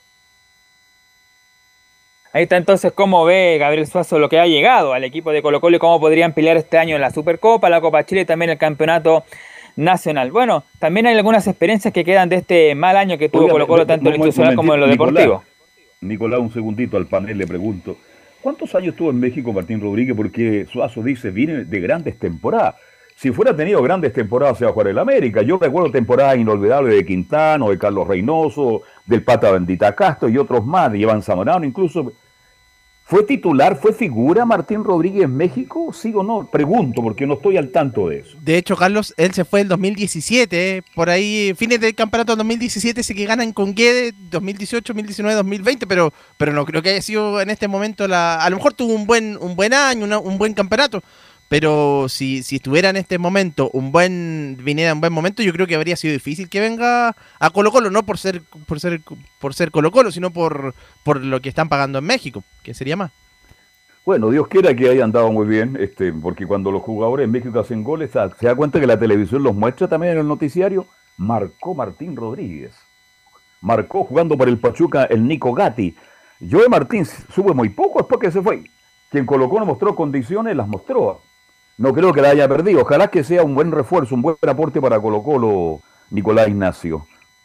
S3: Ahí está entonces cómo ve Gabriel Suazo lo que ha llegado al equipo de Colo-Colo y cómo podrían pelear este año en la Supercopa, la Copa Chile y también el Campeonato Nacional. Bueno, también hay algunas experiencias que quedan de este mal año que tuvo Colo-Colo tanto en lo institucional como en lo deportivo.
S2: Nicolás, un segundito al panel le pregunto. ¿Cuántos años estuvo en México Martín Rodríguez? Porque Suazo dice, viene de grandes temporadas. Si fuera tenido grandes temporadas, se va a jugar el América. Yo recuerdo temporadas inolvidables de Quintano, de Carlos Reynoso, del Pata Bendita Castro y otros más, de Iván Zamorano incluso. ¿Fue titular, fue figura Martín Rodríguez en México? ¿Sí o no? Pregunto, porque no estoy al tanto de eso.
S8: De hecho, Carlos, él se fue en 2017, por ahí, fines del campeonato 2017, sé que ganan con Guede, 2018, 2019, 2020, pero no creo que haya sido en este momento a lo mejor tuvo un buen año, un buen campeonato, pero si estuviera en este momento viniera en un buen momento, yo creo que habría sido difícil que venga a Colo-Colo, no por ser Colo-Colo, sino por lo que están pagando en México, que sería más.
S2: Bueno, Dios quiera que hayan andado muy bien, porque cuando los jugadores en México hacen goles, se da cuenta que la televisión los muestra también en el noticiario. Marcó Martín Rodríguez. Marcó jugando por el Pachuca el Nico Gatti. Yo de Martín supe muy poco después que se fue. Quien Colo-Colo mostró condiciones, las mostró. No creo que la haya perdido. Ojalá que sea un buen refuerzo, un buen aporte para Colo-Colo, Nicolás Ignacio.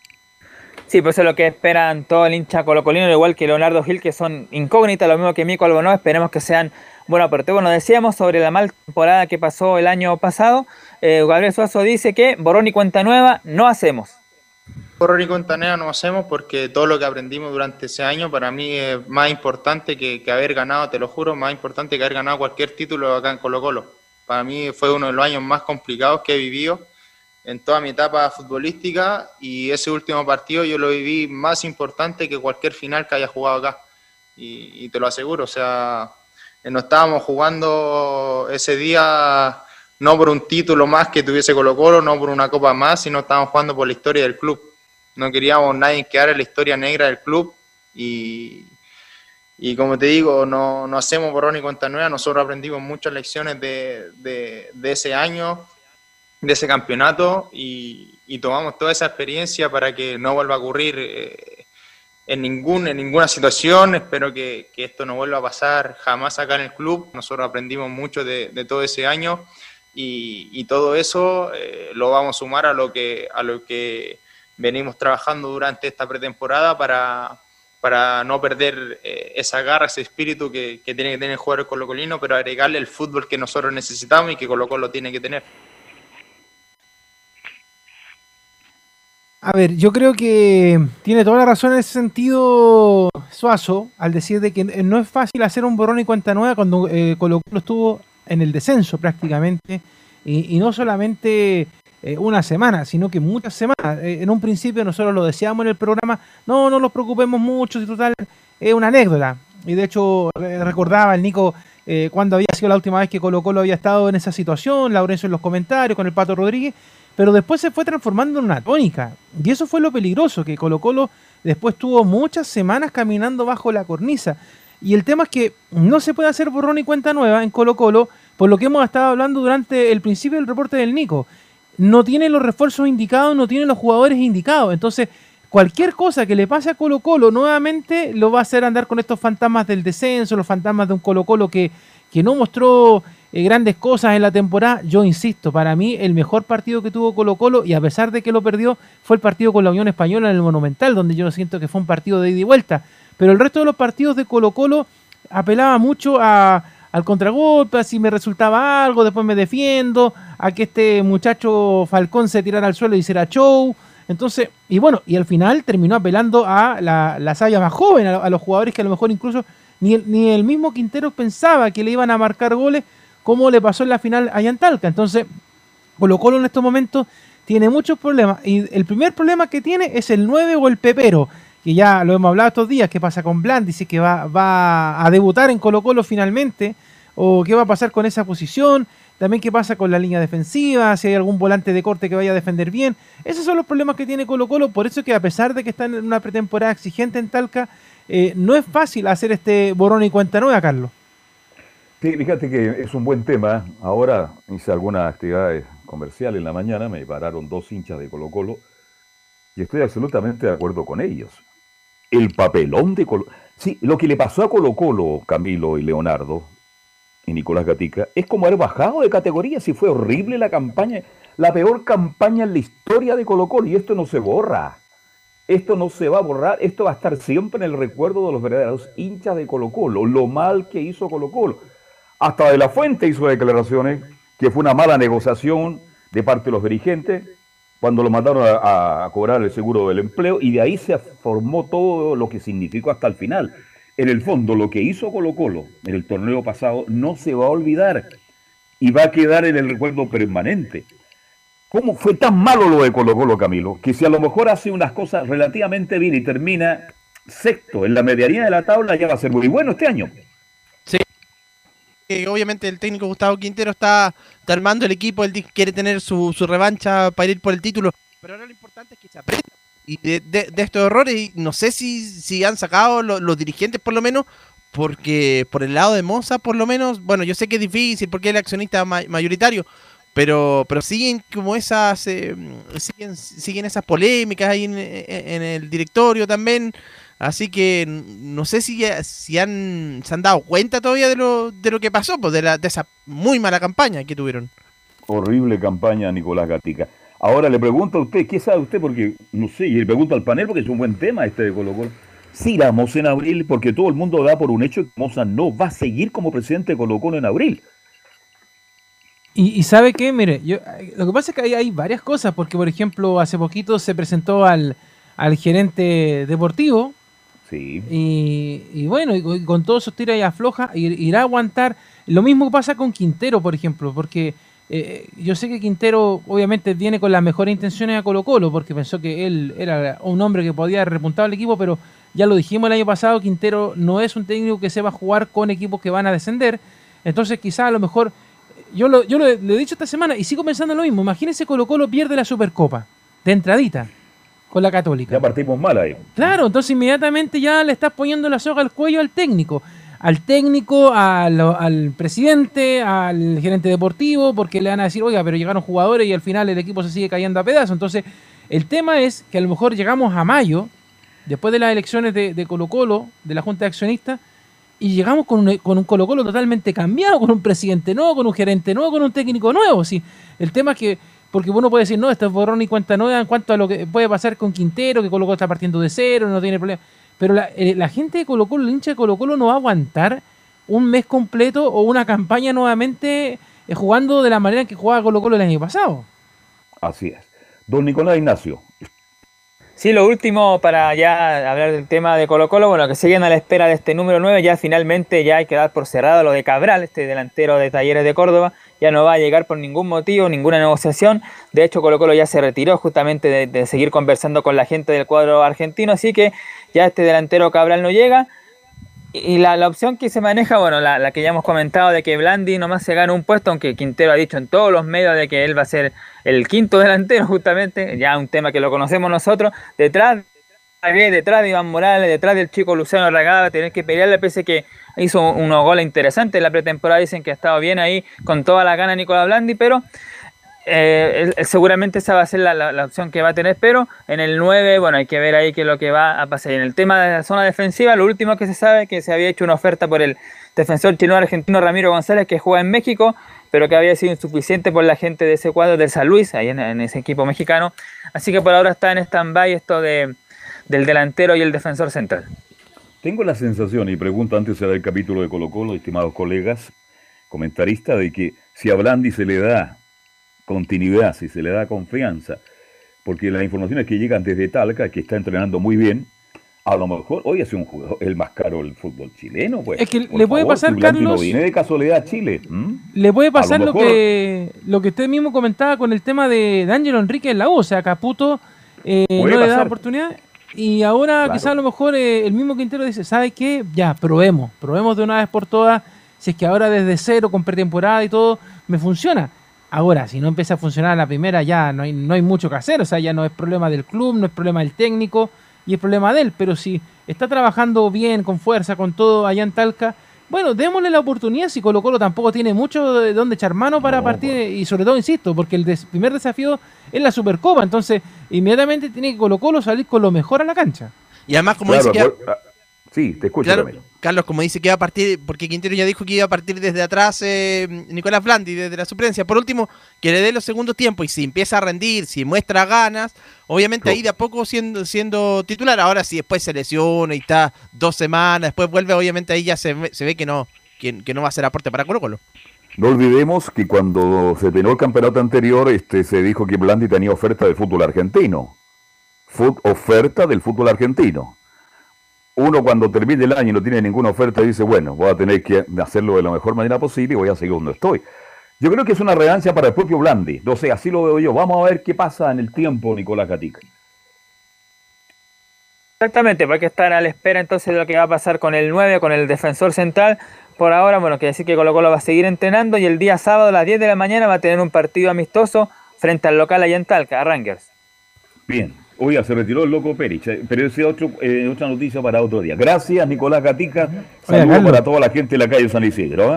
S3: Sí, pues eso es lo que esperan todo el hincha colocolino, igual que Leonardo Gil, que son incógnitas, lo mismo que Mico Albono. Esperemos que sean buenos aportes. Bueno, decíamos sobre la mal temporada que pasó el año pasado. Gabriel Suazo dice que borrón y cuenta nueva no hacemos.
S15: Borrón y cuenta nueva no hacemos porque todo lo que aprendimos durante ese año para mí es más importante que haber ganado, te lo juro, más importante que haber ganado cualquier título acá en Colo-Colo. Para mí fue uno de los años más complicados que he vivido en toda mi etapa futbolística y ese último partido yo lo viví más importante que cualquier final que haya jugado acá. Y te lo aseguro, o sea, no estábamos jugando ese día no por un título más que tuviese Colo-Colo, no por una copa más, sino estábamos jugando por la historia del club. No queríamos nadie quedar en la historia negra del club y Y como te digo, no hacemos borrón y cuenta nueva. Nosotros aprendimos muchas lecciones de ese año, de ese campeonato, y tomamos toda esa experiencia para que no vuelva a ocurrir en ninguna situación. Espero que esto no vuelva a pasar jamás acá en el club. Nosotros aprendimos mucho de todo ese año, y todo eso lo vamos a sumar a lo que venimos trabajando durante esta pretemporada para no perder esa garra, ese espíritu que tiene que tener el jugador colocolino, pero agregarle el fútbol que nosotros necesitamos y que Colo-Colo tiene que tener.
S7: A ver, yo creo que tiene toda la razón en ese sentido Suazo, al decir de que no es fácil hacer un borrón y cuenta nueva cuando Colo-Colo estuvo en el descenso prácticamente, y no solamente una semana, sino que muchas semanas. En un principio nosotros lo decíamos en el programa, no nos preocupemos mucho, si total es una anécdota. Y de hecho recordaba el Nico cuando había sido la última vez que Colo-Colo había estado en esa situación, Laurencio en los comentarios, con el Pato Rodríguez, pero después se fue transformando en una tónica. Y eso fue lo peligroso, que Colo-Colo después tuvo muchas semanas caminando bajo la cornisa. Y el tema es que no se puede hacer borrón y cuenta nueva en Colo-Colo, por lo que hemos estado hablando durante el principio del reporte del Nico. No tiene los refuerzos indicados, no tiene los jugadores indicados. Entonces, cualquier cosa que le pase a Colo-Colo nuevamente lo va a hacer andar con estos fantasmas del descenso, los fantasmas de un Colo-Colo que no mostró grandes cosas en la temporada. Yo insisto, para mí el mejor partido que tuvo Colo-Colo, y a pesar de que lo perdió, fue el partido con la Unión Española en el Monumental, donde yo siento que fue un partido de ida y vuelta. Pero el resto de los partidos de Colo-Colo apelaba mucho al contragolpe, a si me resultaba algo, después me defiendo, a que este muchacho Falcón se tirara al suelo y hiciera show. Entonces, y bueno, y al final terminó apelando a la savia más joven, a los jugadores que a lo mejor incluso ni el mismo Quintero pensaba que le iban a marcar goles, como le pasó en la final a Talca. Entonces, Colo-Colo en estos momentos tiene muchos problemas, y el primer problema que tiene es el 9 o el pepero, que ya lo hemos hablado estos días. ¿Qué pasa con Bland? Dice que va a debutar en Colo-Colo finalmente, o qué va a pasar con esa posición. También qué pasa con la línea defensiva, si hay algún volante de corte que vaya a defender bien. Esos son los problemas que tiene Colo-Colo, por eso que a pesar de que están en una pretemporada exigente en Talca, no es fácil hacer este borrón y cuenta nueva, Carlos.
S2: Sí, fíjate que es un buen tema. Ahora hice algunas actividades comerciales en la mañana, me pararon 2 hinchas de Colo-Colo y estoy absolutamente de acuerdo con ellos. El papelón de Colo-Colo. Sí, lo que le pasó a Colo-Colo, Camilo y Leonardo y Nicolás Gatica, es como haber bajado de categoría. Si fue horrible la campaña, la peor campaña en la historia de Colo-Colo, y esto no se borra. Esto no se va a borrar, esto va a estar siempre en el recuerdo de los verdaderos hinchas de Colo-Colo, lo mal que hizo Colo-Colo. Hasta De la Fuente hizo declaraciones que fue una mala negociación de parte de los dirigentes cuando lo mandaron a cobrar el seguro del empleo, y de ahí se formó todo lo que significó hasta el final. En el fondo, lo que hizo Colo-Colo en el torneo pasado no se va a olvidar y va a quedar en el recuerdo permanente. ¿Cómo fue tan malo lo de Colo-Colo, Camilo? Que si a lo mejor hace unas cosas relativamente bien y termina sexto en la medianía de la tabla, ya va a ser muy bueno este año.
S8: Sí. Obviamente el técnico Gustavo Quintero está armando el equipo, él quiere tener su revancha para ir por el título, pero ahora lo importante es que se aprenda y de estos errores, y no sé si han sacado los dirigentes por lo menos, porque por el lado de Moza por lo menos, bueno, yo sé que es difícil porque es el accionista mayoritario, pero siguen como esas siguen esas polémicas ahí en el directorio también. Así que no sé si se han dado cuenta todavía de lo que pasó, pues de esa muy mala campaña que tuvieron.
S2: Horrible campaña, Nicolás Gatica. Ahora le pregunto a usted, ¿qué sabe usted? Porque, no sé, y le pregunto al panel, porque es un buen tema este de Colo-Colo. Si irá Moza en abril, porque todo el mundo da por un hecho que Moza no va a seguir como presidente de Colo-Colo en abril.
S7: Y ¿sabe qué? Mire, lo que pasa es que hay varias cosas, porque por ejemplo, hace poquito se presentó al gerente deportivo.
S2: Sí.
S7: Y bueno, y con todos esos tiras y afloja, irá a aguantar. Lo mismo pasa con Quintero, por ejemplo, porque yo sé que Quintero obviamente viene con las mejores intenciones a Colo-Colo, porque pensó que él era un hombre que podía repuntar al equipo, pero ya lo dijimos el año pasado, Quintero no es un técnico que sepa jugar con equipos que van a descender. Entonces quizás a lo mejor, yo le he dicho esta semana y sigo pensando lo mismo. Imagínense Colo-Colo pierde la Supercopa de entradita. con la Católica.
S2: Ya partimos mal ahí.
S7: Claro, entonces inmediatamente ya le estás poniendo la soga al cuello al técnico, al presidente, al gerente deportivo, porque le van a decir, oiga, pero llegaron jugadores y al final el equipo se sigue cayendo a pedazos. Entonces, el tema es que a lo mejor llegamos a mayo, después de las elecciones de Colo-Colo, de la Junta de Accionistas, y llegamos con un Colo-Colo totalmente cambiado, con un presidente nuevo, con un gerente nuevo, con un técnico nuevo. Sí, el tema es que, porque uno puede decir, no, esto es borrón y cuenta nueva en cuanto a lo que puede pasar con Quintero, que Colo-Colo está partiendo de cero, no tiene problema. Pero la gente de Colo-Colo, el hincha de Colo-Colo no va a aguantar un mes completo o una campaña nuevamente jugando de la manera en que jugaba Colo-Colo el año pasado.
S2: Así es. Don Nicolás Ignacio.
S3: Sí, lo último para ya hablar del tema de Colo-Colo, bueno, que siguen a la espera de este número 9, ya finalmente ya hay que dar por cerrado lo de Cabral, este delantero de Talleres de Córdoba, ya no va a llegar por ningún motivo, ninguna negociación. De hecho, Colo-Colo ya se retiró justamente de seguir conversando con la gente del cuadro argentino, así que ya este delantero Cabral no llega. Y la opción que se maneja, bueno, la que ya hemos comentado, de que Blandi nomás se gana un puesto, aunque Quintero ha dicho en todos los medios de que él va a ser el quinto delantero justamente, ya un tema que lo conocemos nosotros, detrás de Iván Morales, detrás del chico Luciano Arragada, va a tener que pelearle, pese que hizo unos goles interesantes en la pretemporada, dicen que ha estado bien ahí, con toda la gana Nicolás Blandi, pero seguramente esa va a ser la opción que va a tener, pero en el 9, bueno, hay que ver ahí qué es lo que va a pasar. En el tema de la zona defensiva, lo último que se sabe es que se había hecho una oferta por el defensor chileno argentino Ramiro González, que juega en México, pero que había sido insuficiente por la gente de ese cuadro del San Luis, ahí en ese equipo mexicano, así que por ahora está en stand-by esto del delantero y el defensor central.
S2: Tengo la sensación, y pregunto antes del capítulo de Colo-Colo, estimados colegas, comentaristas, de que si a Blandi se le da continuidad, si se le da confianza, porque las informaciones que llegan desde Talca, que está entrenando muy bien, a lo mejor hoy es un jugador el más caro del fútbol chileno, pues.
S7: Es que le puede pasar,
S2: si
S7: Carlos,
S2: no viene de casualidad a Chile.
S7: Le puede pasar
S2: lo
S7: lo que usted mismo comentaba con el tema de Ángelo Enrique en la U, o sea, Caputo no le da oportunidad, y ahora quizás a lo mejor el mismo Quintero dice, ¿sabe qué? Ya, probemos de una vez por todas, si es que ahora desde cero, con pretemporada y todo, me funciona. Ahora, si no empieza a funcionar a la primera, ya no hay mucho que hacer, o sea, ya no es problema del club, no es problema del técnico, y es problema de él, pero si está trabajando bien, con fuerza, con todo allá en Talca, bueno, démosle la oportunidad. Si Colo-Colo tampoco tiene mucho de dónde echar mano para partir, y sobre todo, insisto, porque el primer desafío es la Supercopa, entonces inmediatamente tiene que Colo-Colo salir con lo mejor a la cancha.
S8: Y además, como dice que...
S2: Sí, te escucho,
S8: claro, Carlos, como dice que iba a partir, porque Quintero ya dijo que iba a partir desde atrás Nicolás Blandi, desde la suplencia. Por último, que le dé los segundos tiempos, y si empieza a rendir, si muestra ganas, obviamente ahí de a poco siendo titular. Ahora, si después se lesiona y está 2 semanas, después vuelve, obviamente ahí ya se ve que no va a ser aporte para Colo-Colo.
S2: No olvidemos que cuando se terminó el campeonato anterior, se dijo que Blandi tenía oferta del fútbol argentino. Oferta del fútbol argentino. Uno cuando termine el año y no tiene ninguna oferta dice, bueno, voy a tener que hacerlo de la mejor manera posible y voy a seguir donde estoy. Yo creo que es una regancia para el propio Blandi. No sé, así lo veo yo. Vamos a ver qué pasa en el tiempo, Nicolás Gatica.
S3: Exactamente, pues hay que estar a la espera entonces de lo que va a pasar con el 9, con el defensor central. Por ahora, bueno, quiere decir que Colo-Colo va a seguir entrenando, y el día sábado a las 10 de la mañana va a tener un partido amistoso frente al local allá en Talca, a Rangers.
S2: Bien. Oiga, se retiró el loco Pérez, pero esa es otra noticia para otro día. Gracias, Nicolás Gatica. Saludos para toda la gente de la calle San Isidro.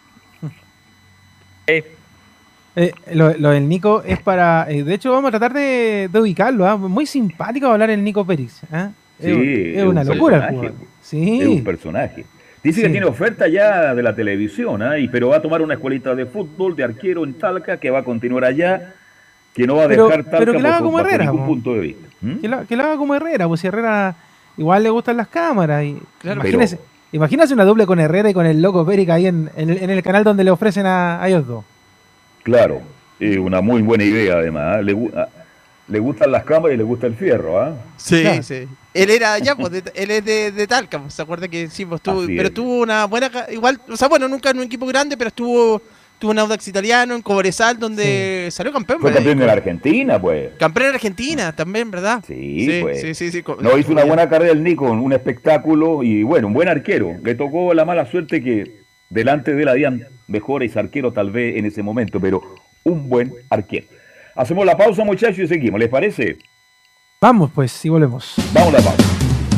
S7: Lo del Nico es para... de hecho, vamos a tratar de ubicarlo. Muy simpático hablar el Nico Pérez.
S2: Sí,
S7: es una locura el jugador. Sí.
S2: Es un personaje. Dice que tiene oferta ya de la televisión, pero va a tomar una escuelita de fútbol, de arquero en Talca, que va a continuar allá, que no va a dejar Talca
S7: pero que la haga como Herrera,
S2: ningún punto de vista.
S7: Que la haga como Herrera, pues si Herrera igual le gustan las cámaras. Y
S2: claro,
S7: imagínese una doble con Herrera y con el loco Pérez ahí en el canal donde le ofrecen a ellos dos.
S2: Claro, es una muy buena idea además. Le gustan las cámaras y le gusta el fierro.
S8: Sí, claro. Sí. Él era allá, pues, él es de Talca, ¿se acuerda que sí? Pues, tuvo una buena, igual, o sea, bueno, nunca en un equipo grande, pero estuvo en Audax Italiano, en Cobresal, donde salió campeón.
S2: Fue campeón de la Argentina, pues.
S8: Campeón en Argentina también, ¿verdad?
S2: Sí, pues. Sí. No, hizo una buena carrera el Nico, un espectáculo y, bueno, un buen arquero. Le tocó la mala suerte que delante de él habían mejores arqueros tal vez en ese momento, pero un buen arquero. Hacemos la pausa, muchachos, y seguimos, ¿les parece?
S7: Vamos pues, y volvemos.
S2: Vamos a la pausa.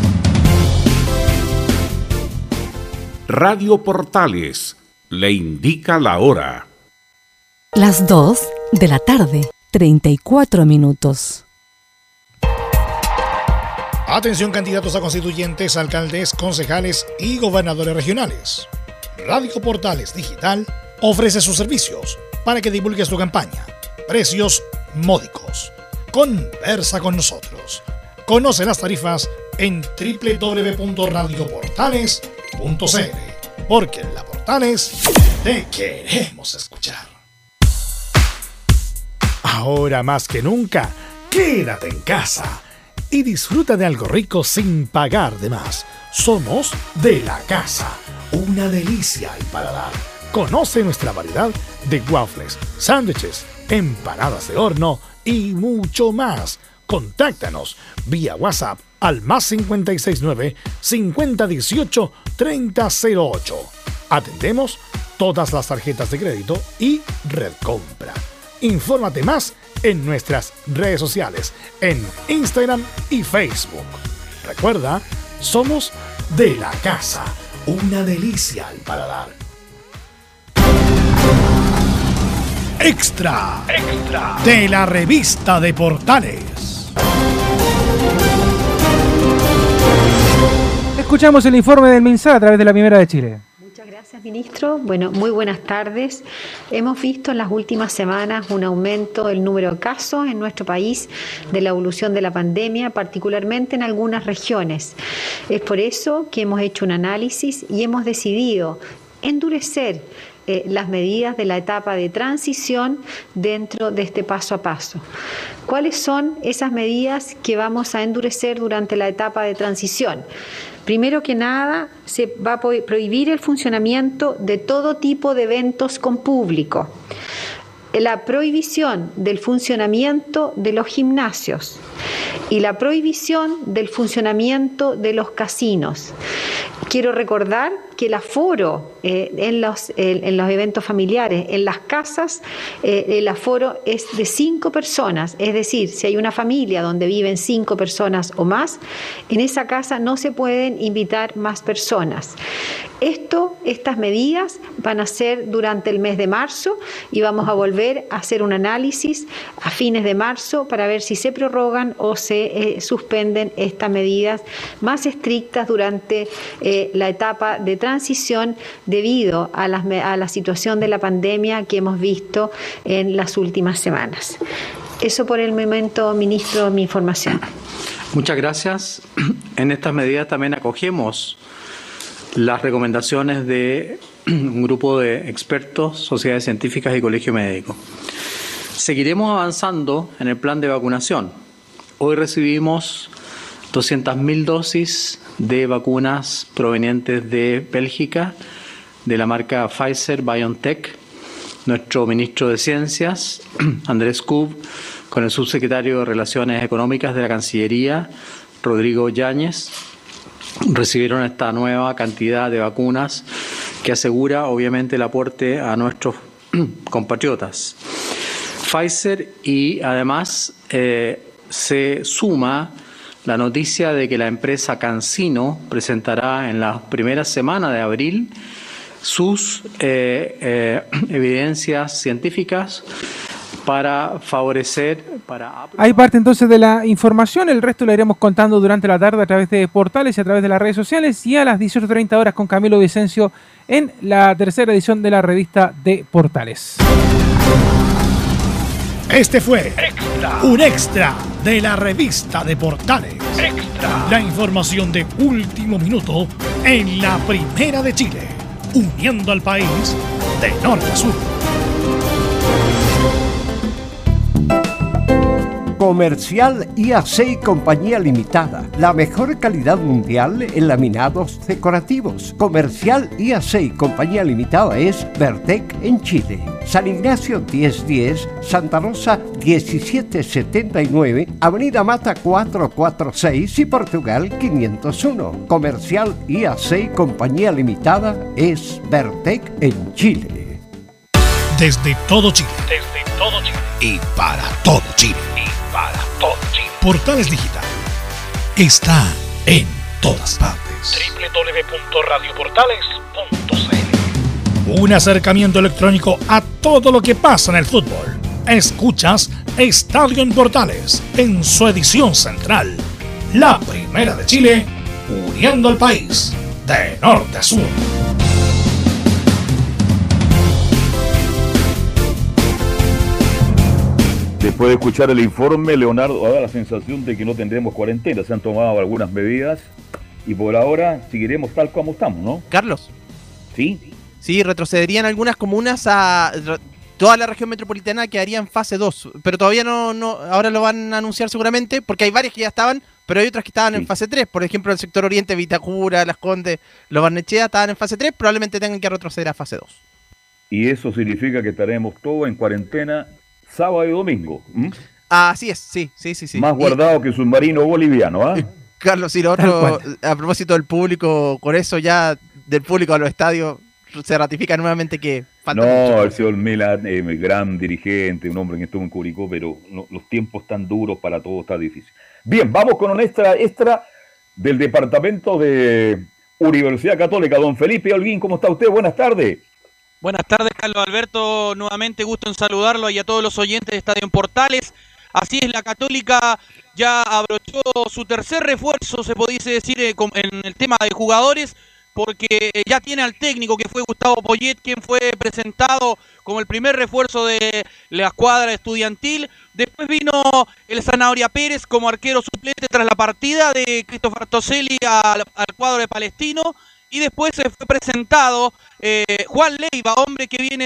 S12: Radio Portales le indica la hora.
S13: Las 2 de la tarde, 34 minutos.
S1: Atención, candidatos a constituyentes, alcaldes, concejales y gobernadores regionales. Radio Portales Digital ofrece sus servicios para que divulgues tu campaña. Precios módicos. Conversa con nosotros. Conoce las tarifas en www.radioportales.cl, porque en la Portales te queremos escuchar. Ahora más que nunca, quédate en casa y disfruta de algo rico sin pagar de más. Somos de la casa, una delicia al paladar. Conoce nuestra variedad de waffles, sándwiches, empanadas de horno y mucho más. Contáctanos vía WhatsApp al +569 5018 3008. Atendemos todas las tarjetas de crédito y Red Compra. Infórmate más en nuestras redes sociales, en Instagram y Facebook. Recuerda, somos de la casa, una delicia al paladar. Extra de la revista de Portales.
S7: Escuchamos el informe del MinSal a través de la Primera de Chile.
S16: Muchas gracias, ministro. Bueno, muy buenas tardes. Hemos visto en las últimas semanas un aumento del número de casos en nuestro país de la evolución de la pandemia, particularmente en algunas regiones. Es por eso que hemos hecho un análisis y hemos decidido endurecer las medidas de la etapa de transición dentro de este paso a paso. ¿Cuáles son esas medidas que vamos a endurecer durante la etapa de transición? Primero que nada, se va a prohibir el funcionamiento de todo tipo de eventos con público. La prohibición del funcionamiento de los gimnasios y la prohibición del funcionamiento de los casinos. Quiero recordar que el aforo en los eventos familiares, en las casas, el aforo es de 5 personas. Es decir, si hay una familia donde viven 5 personas o más, en esa casa no se pueden invitar más personas. Estas medidas van a ser durante el mes de marzo y vamos a volver a hacer un análisis a fines de marzo para ver si se prorrogan o se suspenden estas medidas más estrictas durante la etapa de transición debido a la situación de la pandemia que hemos visto en las últimas semanas. Eso por el momento, ministro, mi información.
S17: Muchas gracias. En estas medidas también acogemos las recomendaciones de un grupo de expertos, sociedades científicas y colegio médico. Seguiremos avanzando en el plan de vacunación. Hoy recibimos 200.000 dosis de vacunas provenientes de Bélgica, de la marca Pfizer-BioNTech. Nuestro ministro de Ciencias, Andrés Kub, con el subsecretario de Relaciones Económicas de la Cancillería, Rodrigo Yáñez, recibieron esta nueva cantidad de vacunas que asegura obviamente el aporte a nuestros compatriotas. Pfizer, y además se suma la noticia de que la empresa CanSino presentará en la primera semana de abril sus evidencias científicas para favorecer...
S7: Hay parte entonces de la información, el resto lo iremos contando durante la tarde a través de Portales y a través de las redes sociales, y a las 18:30 horas con Camilo Vicencio en la tercera edición de la revista de Portales.
S1: Este fue un extra de la revista de Portales. La información de último minuto en la Primera de Chile, uniendo al país de norte a sur.
S14: Comercial IAC y Compañía Limitada. La mejor calidad mundial en laminados decorativos. Comercial IAC y Compañía Limitada es Vertec en Chile. San Ignacio 1010, Santa Rosa 1779, Avenida Mata 446 y Portugal 501. Comercial IAC y Compañía Limitada es Vertec en Chile.
S1: Desde todo Chile. Y para todo Chile. Portales Digital está en todas partes. www.radioportales.cl. Un acercamiento electrónico a todo lo que pasa en el fútbol. Escuchas Estadio en Portales en su edición central. La primera de Chile, uniendo al país de norte a sur.
S2: Después de escuchar el informe, Leonardo, da la sensación de que no tendremos cuarentena. Se han tomado algunas medidas y por ahora seguiremos tal como estamos, ¿no?
S8: Carlos.
S2: Sí.
S8: Sí, retrocederían algunas comunas a toda la región metropolitana, quedaría en fase 2. Pero todavía no, ahora lo van a anunciar seguramente, porque hay varias que ya estaban, pero hay otras que estaban en fase 3. Por ejemplo, el sector oriente, Vitacura, Las Condes, Los Barnechea estaban en fase 3, probablemente tengan que retroceder a fase 2.
S2: Y eso significa que estaremos todos en cuarentena sábado y domingo.
S8: Así es, sí.
S2: Más guardado que submarino boliviano, ¿ah?
S8: Carlos, y lo otro, a propósito del público, con eso ya del público a los estadios, se ratifica nuevamente que falta mucho.
S2: El señor Milan, gran dirigente, un hombre que estuvo en Curicó, pero los tiempos están duros para todo, está difícil. Bien, vamos con un extra del departamento de Universidad Católica. Don Felipe Holguín, ¿cómo está usted? Buenas tardes.
S5: Buenas tardes, Carlos Alberto. Nuevamente gusto en saludarlo y a todos los oyentes de Estadio en Portales. Así es, la Católica ya abrochó su tercer refuerzo, se pudiese decir, en el tema de jugadores, porque ya tiene al técnico, que fue Gustavo Poyet, quien fue presentado como el primer refuerzo de la escuadra estudiantil. Después vino el Zanahoria Pérez como arquero suplente tras la partida de Christopher Toselli al cuadro de Palestino. Y después se fue presentado Juan Leiva, hombre que viene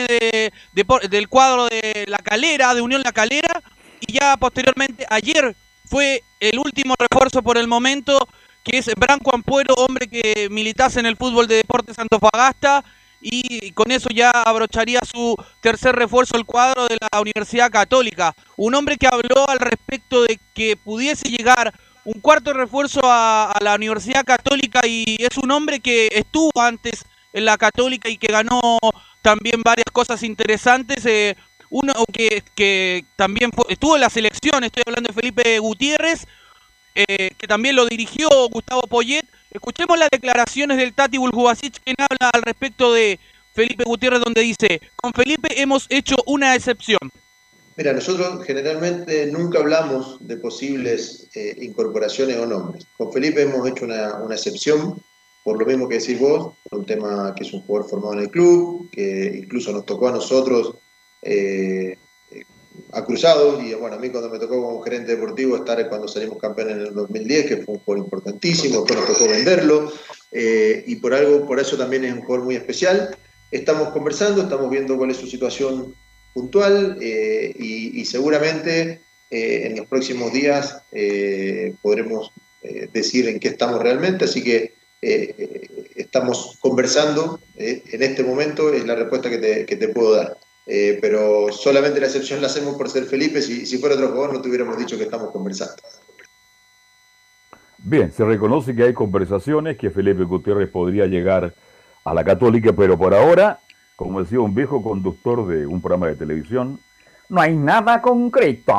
S5: del cuadro de La Calera, de Unión La Calera. Y ya posteriormente, ayer fue el último refuerzo por el momento, que es Branco Ampuero, hombre que militase en el fútbol de Deportes Antofagasta. Y con eso ya abrocharía su tercer refuerzo el cuadro de la Universidad Católica. Un hombre que habló al respecto de que pudiese llegar un cuarto refuerzo a la Universidad Católica, y es un hombre que estuvo antes en la Católica y que ganó también varias cosas interesantes. Uno que también estuvo en la selección, estoy hablando de Felipe Gutiérrez, que también lo dirigió Gustavo Poyet. Escuchemos las declaraciones del Tati Buljubasic, quien habla al respecto de Felipe Gutiérrez, donde dice: con Felipe hemos hecho una excepción.
S18: Mira, nosotros generalmente nunca hablamos de posibles incorporaciones o nombres. Con Felipe hemos hecho una excepción, por lo mismo que decís vos, por un tema que es un jugador formado en el club, que incluso nos tocó a nosotros a Cruzados, y bueno, a mí cuando me tocó como gerente deportivo estar cuando salimos campeones en el 2010, que fue un jugador importantísimo, después nos tocó venderlo, y por eso también es un jugador muy especial. Estamos conversando, estamos viendo cuál es su situación puntual, y seguramente en los próximos días podremos decir en qué estamos realmente, así que estamos conversando en este momento, es la respuesta que te puedo dar. Pero solamente la excepción la hacemos por ser Felipe. Si fuera otro jugador no te hubiéramos dicho que estamos conversando.
S2: Bien, se reconoce que hay conversaciones, que Felipe Gutiérrez podría llegar a la Católica, pero por ahora, como decía un viejo conductor de un programa de televisión, no hay nada concreto.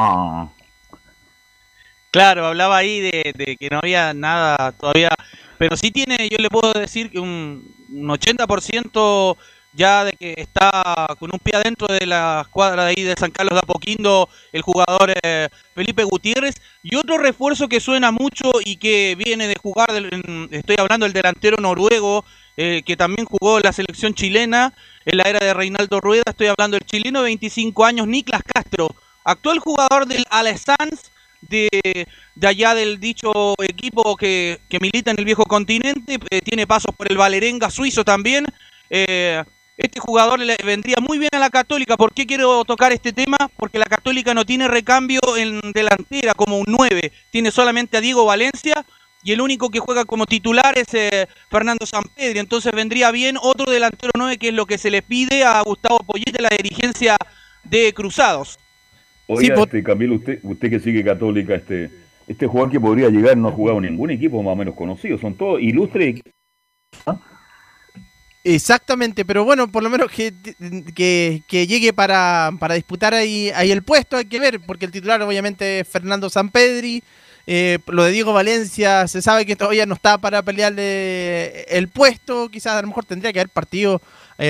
S5: Claro, hablaba ahí de que no había nada todavía, pero sí tiene, yo le puedo decir que un 80% ya de que está con un pie adentro de la escuadra de ahí de San Carlos de Apoquindo, el jugador Felipe Gutiérrez. Y otro refuerzo que suena mucho y que viene de jugar, estoy hablando del delantero noruego, que también jugó en la selección chilena en la era de Reinaldo Rueda. Estoy hablando del chileno de 25 años, Niklas Castro, actual jugador del Alessans, de allá del dicho equipo que milita en el viejo continente. Tiene pasos por el Vålerenga suizo también. Este jugador le vendría muy bien a la Católica. ¿Por qué quiero tocar este tema? Porque la Católica no tiene recambio en delantera como un 9. Tiene solamente a Diego Valencia y el único que juega como titular es Fernando Sampedri. Entonces vendría bien otro delantero 9, que es lo que se le pide a Gustavo Poyet de la dirigencia de Cruzados.
S2: Oiga, sí, Camilo, usted que sigue Católica, este jugador que podría llegar no ha jugado en ningún equipo más o menos conocido. Son todos ilustres. ¿Ah?
S8: Exactamente, pero bueno, por lo menos que llegue para disputar ahí el puesto, hay que ver, porque el titular obviamente es Fernando Sampedri, Lo de Diego Valencia, se sabe que todavía no está para pelearle el puesto. Quizás a lo mejor tendría que haber partido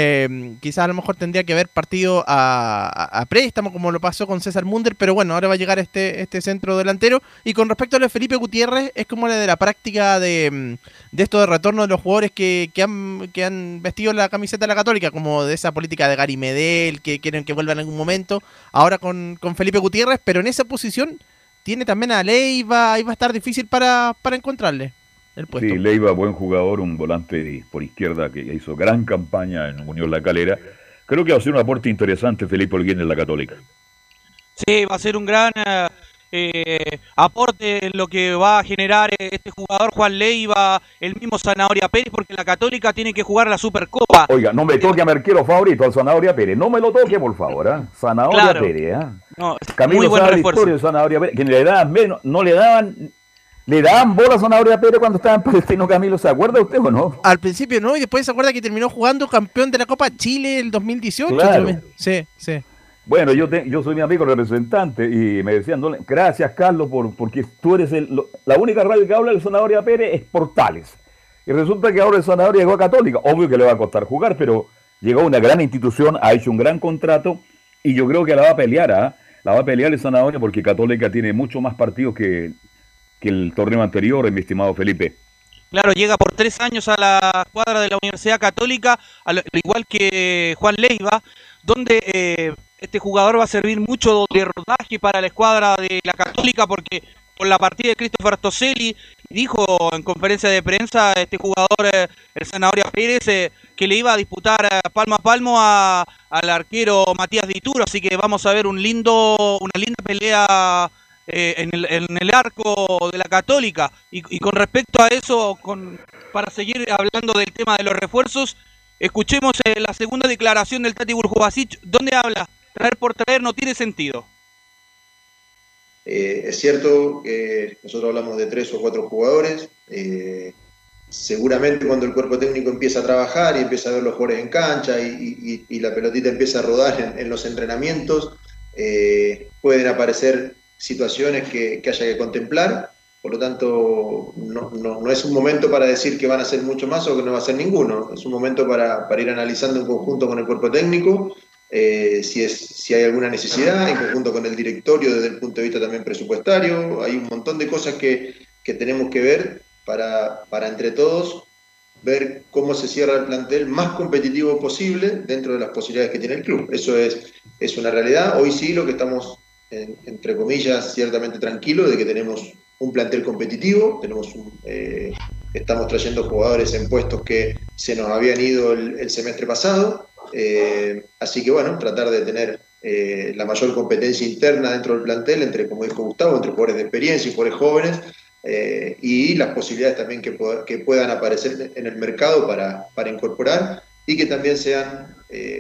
S8: a préstamo, como lo pasó con César Munder, pero bueno, ahora va a llegar este centro delantero. Y con respecto a lo de Felipe Gutiérrez, es como la de la práctica de esto de retorno de los jugadores que han vestido la camiseta de la Católica, como de esa política de Gary Medel, que quieren que vuelva en algún momento, ahora con Felipe Gutiérrez, pero en esa posición tiene también a Leiva, ahí va a estar difícil para encontrarle el puesto.
S2: Sí, Leiva, buen jugador, un volante por izquierda que hizo gran campaña en Unión La Calera. Creo que va a ser un aporte interesante Felipe Holguín en la Católica.
S5: Sí, va a ser un gran aporte en lo que va a generar este jugador Juan Leiva, el mismo Zanahoria Pérez, porque la Católica tiene que jugar la Supercopa.
S2: Oiga, no me toque a mi arquero favorito, al Zanahoria Pérez. No me lo toque, por favor. Zanahoria
S5: Claro.
S2: Pérez.
S5: No,
S2: Camilo
S5: muy buen
S2: sabe la
S5: refuerzo.
S2: historia de Zanahoria Pérez, que le daban bola a Zanahoria Pérez cuando estaba en Palestino. Camilo, ¿se acuerda usted o no?
S8: Al principio no, y después se acuerda que terminó jugando campeón de la Copa Chile el 2018.
S2: Claro.
S8: También. Sí.
S2: Bueno, yo soy mi amigo representante y me decían, gracias Carlos, porque tú eres la única radio que habla de Zanahoria Pérez es Portales. Y resulta que ahora el Zanahoria llegó a Católica. Obvio que le va a costar jugar, pero llegó a una gran institución, ha hecho un gran contrato y yo creo que la va a pelear, la va a pelear el Zanahoria porque Católica tiene mucho más partidos que el torneo anterior, mi estimado Felipe.
S5: Claro, llega por 3 años a la escuadra de la Universidad Católica, al igual que Juan Leiva, donde este jugador va a servir mucho de rodaje para la escuadra de la Católica, porque por la partida de Christopher Toselli dijo en conferencia de prensa este jugador, el Zanahoria Pérez, que le iba a disputar palmo a palmo al arquero Matías Dituro, así que vamos a ver una linda pelea en el arco de la Católica. Y con respecto a eso, para seguir hablando del tema de los refuerzos, escuchemos la segunda declaración del Tati Burjubasic, donde habla: traer por traer no tiene sentido.
S18: Es cierto que nosotros hablamos de 3 o 4 jugadores. Seguramente cuando el cuerpo técnico empieza a trabajar y empieza a ver los jugadores en cancha y la pelotita empieza a rodar en los entrenamientos, pueden aparecer situaciones que haya que contemplar. Por lo tanto, no es un momento para decir que van a hacer mucho más o que no va a ser ninguno. Es un momento para ir analizando en conjunto con el cuerpo técnico si hay alguna necesidad, en conjunto con el directorio desde el punto de vista también presupuestario. Hay un montón de cosas que tenemos que ver para entre todos ver cómo se cierra el plantel más competitivo posible dentro de las posibilidades que tiene el club. Eso es una realidad. Hoy sí lo que estamos, entre comillas, ciertamente tranquilos de que tenemos un plantel competitivo, estamos trayendo jugadores en puestos que se nos habían ido el semestre pasado, así que bueno, tratar de tener la mayor competencia interna dentro del plantel, entre, como dijo Gustavo, entre jugadores de experiencia y jugadores jóvenes, y las posibilidades también que puedan aparecer en el mercado para incorporar y que también sean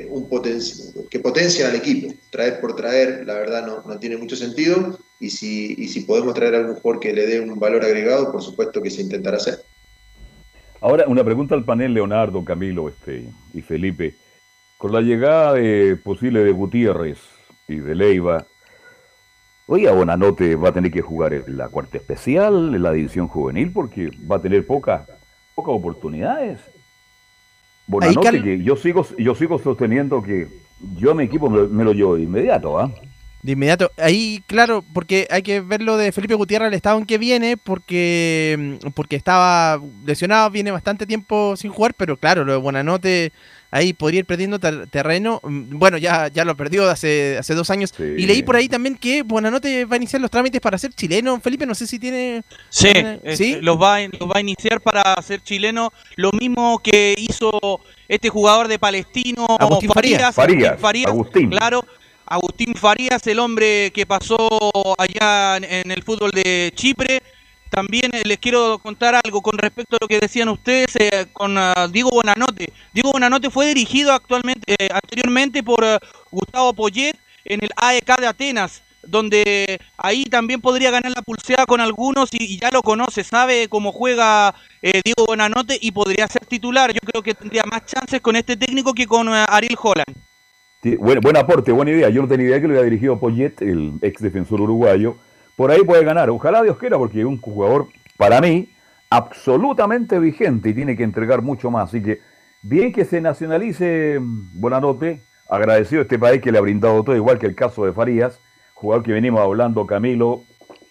S18: que potencian al equipo. Traer por traer, la verdad, no tiene mucho sentido, y si podemos traer algún jugador que le dé un valor agregado, por supuesto que se intentará hacer.
S2: Ahora, una pregunta al panel, Leonardo, Camilo y Felipe. Con la llegada posible de Gutiérrez y de Leiva, oiga, Bonanote va a tener que jugar en la cuarta especial, en la división juvenil, porque va a tener pocas oportunidades. Bonanote, que yo sigo sosteniendo que yo a mi equipo me lo llevo de inmediato, ¿ah?
S8: De inmediato. Ahí, claro, porque hay que ver lo de Felipe Gutiérrez, el estado en que viene, porque estaba lesionado, viene bastante tiempo sin jugar, pero claro, lo de Bonanote ahí podría ir perdiendo terreno. Bueno, ya lo perdió hace 2 años. Sí. Y leí por ahí también que Bonanote va a iniciar los trámites para ser chileno. Felipe, no sé si tiene...
S5: Sí,
S8: ¿sí?
S5: Los va a iniciar para ser chileno. Lo mismo que hizo este jugador de Palestino,
S8: Agustín Farías.
S2: Agustín.
S5: Claro, Agustín Farías, el hombre que pasó allá en el fútbol de Chipre. También les quiero contar algo con respecto a lo que decían ustedes con Diego Bonanote. Diego Bonanote fue dirigido anteriormente por Gustavo Poyet en el AEK de Atenas, donde ahí también podría ganar la pulseada con algunos y ya lo conoce, sabe cómo juega Diego Bonanote y podría ser titular. Yo creo que tendría más chances con este técnico que con Ariel Holland.
S2: Sí, buen aporte, buena idea. Yo no tenía idea que lo había dirigido Poyet, el ex defensor uruguayo, por ahí puede ganar. Ojalá Dios quiera, porque es un jugador, para mí, absolutamente vigente y tiene que entregar mucho más. Así que, bien que se nacionalice Buenanote, agradecido a este país que le ha brindado todo, igual que el caso de Farías, jugador que venimos hablando, Camilo,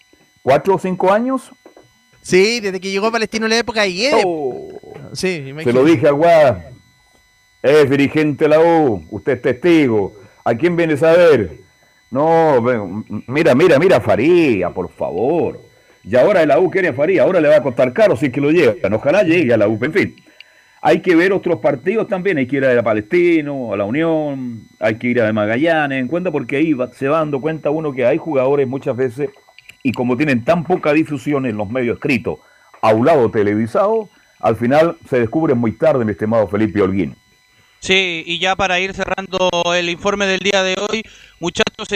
S2: 4 o 5 años.
S8: Sí, desde que llegó a Palestino en la época de Guede. Sí,
S2: se lo dije a Guada, es dirigente de la U, usted es testigo. ¿A quién vienes a ver? No, mira Faría, por favor. Y ahora la U quiere a Faría, ahora le va a costar caro si es que lo llegan. Ojalá llegue a la U, en fin. Hay que ver otros partidos también, hay que ir a Palestino, a la Unión, hay que ir a Magallanes, en cuenta, porque ahí se va dando cuenta uno que hay jugadores muchas veces, y como tienen tan poca difusión en los medios escritos, aulado televisado, al final se descubren muy tarde, mi estimado Felipe Holguín.
S5: Sí, y ya para ir cerrando el informe del día de hoy, muchachos,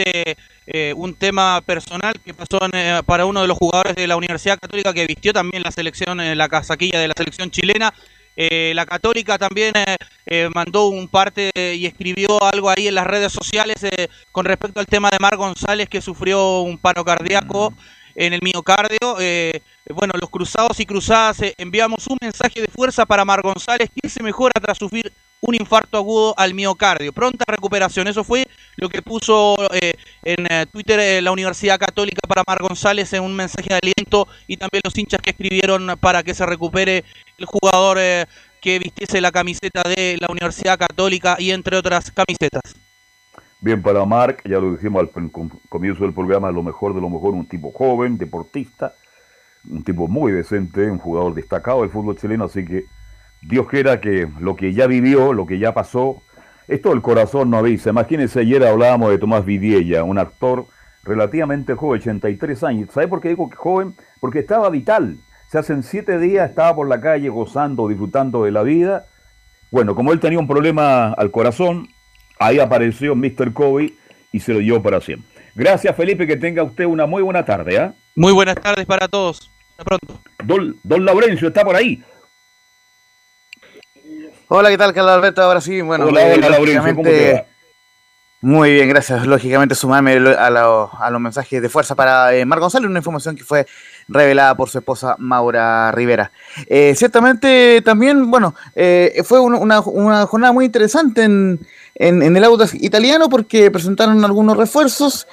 S5: un tema personal que pasó para uno de los jugadores de la Universidad Católica que vistió también la selección, la casaquilla de la selección chilena. La Católica también mandó un parte y escribió algo ahí en las redes sociales con respecto al tema de Mar González, que sufrió un paro cardíaco en el miocardio. Bueno, los cruzados y cruzadas enviamos un mensaje de fuerza para Mar González, quien se mejora tras sufrir un infarto agudo al miocardio. Pronta recuperación. Eso fue lo que puso en Twitter la Universidad Católica para Mar González en un mensaje de aliento, y también los hinchas que escribieron para que se recupere el jugador que vistiese la camiseta de la Universidad Católica y entre otras camisetas.
S2: Bien, para Marc, ya lo dijimos al comienzo del programa, lo mejor de lo mejor, un tipo joven, deportista, un tipo muy decente, un jugador destacado del fútbol chileno, así que Dios quiera que lo que ya vivió, lo que ya pasó, esto el corazón no avisa. Imagínense, ayer hablábamos de Tomás Vidiella, un actor relativamente joven, 83 años. ¿Sabe por qué digo que joven? Porque estaba vital. Se hacen 7 días, estaba por la calle gozando, disfrutando de la vida. Bueno, como él tenía un problema al corazón, ahí apareció Mr. Kobe y se lo llevó para siempre. Gracias, Felipe, que tenga usted una muy buena tarde. ¿eh?
S5: Muy buenas tardes para todos. Hasta pronto.
S2: Don Laurencio está por ahí.
S6: Hola, ¿qué tal, Carlos Alberto? Ahora sí, bueno,
S2: hola, Laurencio, ¿cómo te va?
S6: Muy bien, gracias. Lógicamente sumarme a los mensajes de fuerza para Mar González, una información que fue revelada por su esposa Maura Rivera. Ciertamente también, bueno, fue una jornada muy interesante en el Audax italiano, porque presentaron algunos refuerzos.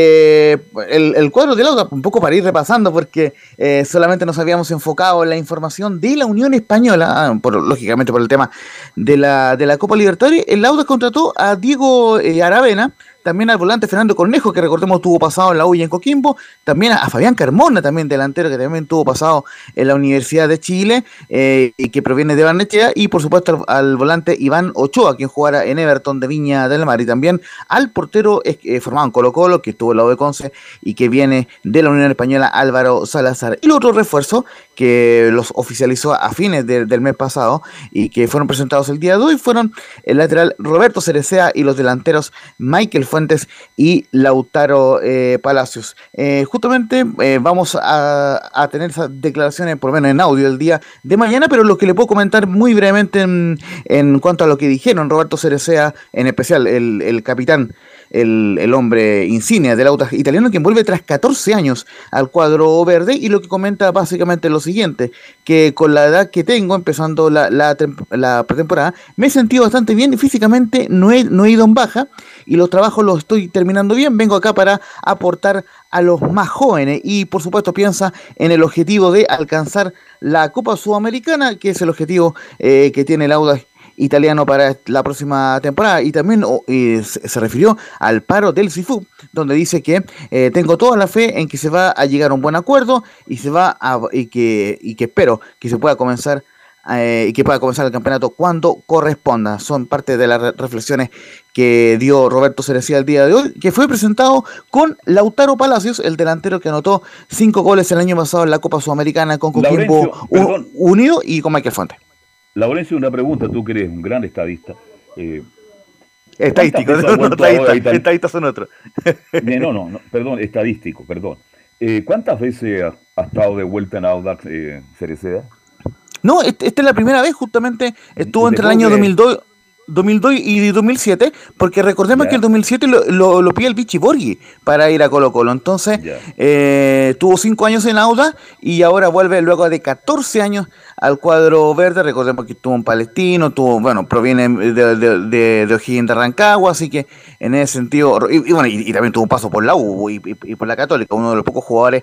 S6: El cuadro del Audax, un poco para ir repasando, porque solamente nos habíamos enfocado en la información de la Unión Española, lógicamente por el tema de la Copa Libertadores. El Audax contrató a Diego Aravena, también al volante Fernando Cornejo, que recordemos tuvo pasado en la U y en Coquimbo, también a Fabián Carmona, también delantero, que también tuvo pasado en la Universidad de Chile, y que proviene de Barnechea, y por supuesto al volante Iván Ochoa, quien jugara en Everton de Viña del Mar, y también al portero formado en Colo-Colo, que estuvo en la U de Conce, y que viene de la Unión Española, Álvaro Salazar. Y el otro refuerzo, que los oficializó a fines del mes pasado, y que fueron presentados el día de hoy, fueron el lateral Roberto Cerecea y los delanteros Michael Fuentes y Lautaro Palacios. Justamente vamos a tener esas declaraciones, por lo menos en audio, el día de mañana, pero lo que le puedo comentar muy brevemente en cuanto a lo que dijeron Roberto Cerecea, en especial el capitán, el hombre insignia del Audax italiano, que vuelve tras 14 años al cuadro verde, y lo que comenta básicamente es lo siguiente: que con la edad que tengo, empezando la pretemporada, me he sentido bastante bien y físicamente no he ido en baja, y los trabajos los estoy terminando bien. Vengo acá para aportar a los más jóvenes, y por supuesto piensa en el objetivo de alcanzar la Copa Sudamericana, que es el objetivo que tiene el Audax italiano para la próxima temporada. Y también se refirió al paro del SIFU, donde dice que tengo toda la fe en que se va a llegar a un buen acuerdo, y que espero que se pueda comenzar y que pueda comenzar el campeonato cuando corresponda. Son parte de las reflexiones que dio Roberto Cerecea el día de hoy, que fue presentado con Lautaro Palacios, el delantero que anotó 5 goles el año pasado en la Copa Sudamericana con Coquimbo Unido y con Michael Fuentes.
S2: Laurencio, una pregunta, tú que eres un gran estadista.
S6: Estadístico, estadistas son otros.
S2: No, perdón, estadístico, perdón. ¿Cuántas veces ha estado de vuelta en Audax Cerecea?
S6: No, esta es la primera vez, justamente estuvo entre el año 2002... 2002 y 2007, porque recordemos
S2: Ya.
S6: que el 2007 lo pide el Vichy Borghi para ir a Colo-Colo. Entonces, tuvo 5 años en Audax y ahora vuelve luego de 14 años al cuadro verde. Recordemos que estuvo en Palestino, proviene de O'Higgins de Rancagua, así que en ese sentido, y también tuvo un paso por la U y por la Católica, uno de los pocos jugadores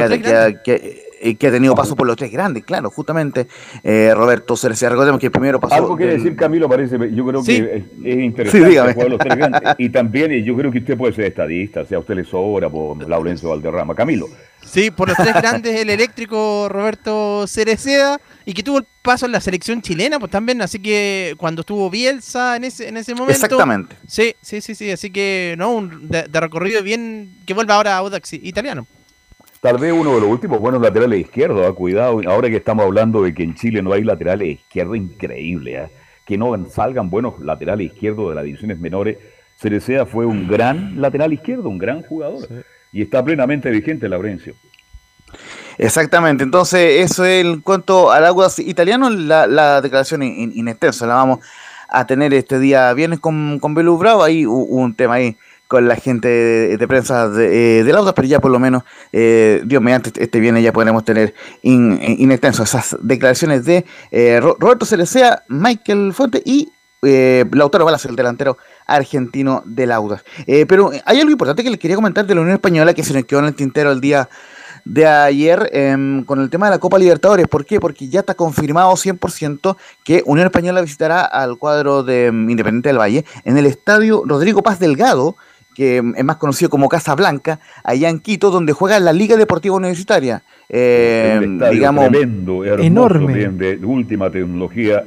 S6: que ha tenido paso por los tres grandes, claro, justamente Roberto Cereceda. Recordemos que el primero pasó.
S2: Algo quiere decir Camilo, parece, yo creo
S6: Sí.
S2: que es interesante
S6: Sí, dígame.
S2: jugar los tres grandes. Y también yo creo que usted puede ser estadista, sea usted le sobra por Laurencio Valderrama. Camilo.
S8: Sí, por los tres grandes, el eléctrico Roberto Cereceda, y que tuvo el paso en la selección chilena, pues también, así que cuando estuvo Bielsa en ese momento.
S6: Exactamente.
S8: Sí, así que de recorrido bien, que vuelva ahora a Audax italiano.
S2: Tal vez uno de los últimos buenos laterales izquierdos, cuidado, ahora que estamos hablando de que en Chile no hay laterales izquierdos, increíble, que no salgan buenos laterales izquierdos de las divisiones menores. Cereceda fue un gran lateral izquierdo, un gran jugador, y está plenamente vigente, Laurencio.
S6: Exactamente, entonces eso es en cuanto al Audax italiano, la declaración inextensa, la vamos a tener este día viernes con Belu Bravo. Ahí hubo un tema ahí con la gente de prensa del Audax, pero ya por lo menos, Dios mediante, este viernes ya podremos tener inextenso esas declaraciones de Roberto Cereceda, Michael Fuente y Lautaro Balas, el delantero argentino del Audax. Pero hay algo importante que les quería comentar de la Unión Española que se nos quedó en el tintero el día de ayer con el tema de la Copa Libertadores. ¿Por qué? Porque ya está confirmado 100% que Unión Española visitará al cuadro de Independiente del Valle en el estadio Rodrigo Paz Delgado, que es más conocido como Casa Blanca, allá en Quito, donde juega la Liga Deportiva Universitaria.
S2: Un estadio
S6: digamos,
S2: tremendo, hermoso,
S7: enorme.
S2: bien, de última tecnología.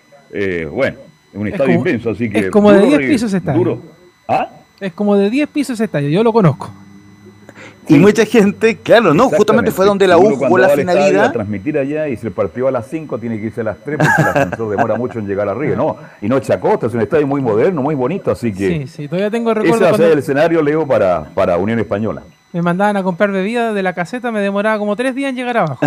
S2: Un estadio inmenso, así que...
S7: Es como de
S2: duro
S7: 10 pisos ese estadio.
S2: duro. ¿Ah?
S7: Es como de 10 pisos ese estadio, yo lo conozco.
S6: Y mucha gente, claro, no, justamente fue donde la U
S2: Uno
S6: jugó
S2: cuando
S6: la
S2: va al estadio
S6: finalidad.
S2: a transmitir allá y si el partido a las 5 tiene que irse a las 3 porque el ascensor demora mucho en llegar arriba, ¿no? Y no es Chacota, es un estadio muy moderno, muy bonito, así que
S7: Sí, todavía tengo
S2: ese
S7: recuerdo
S2: va a ser
S7: cuando
S2: el escenario, Leo, para Unión Española.
S7: me mandaban a comprar bebidas de la caseta, me demoraba como 3 días en llegar abajo.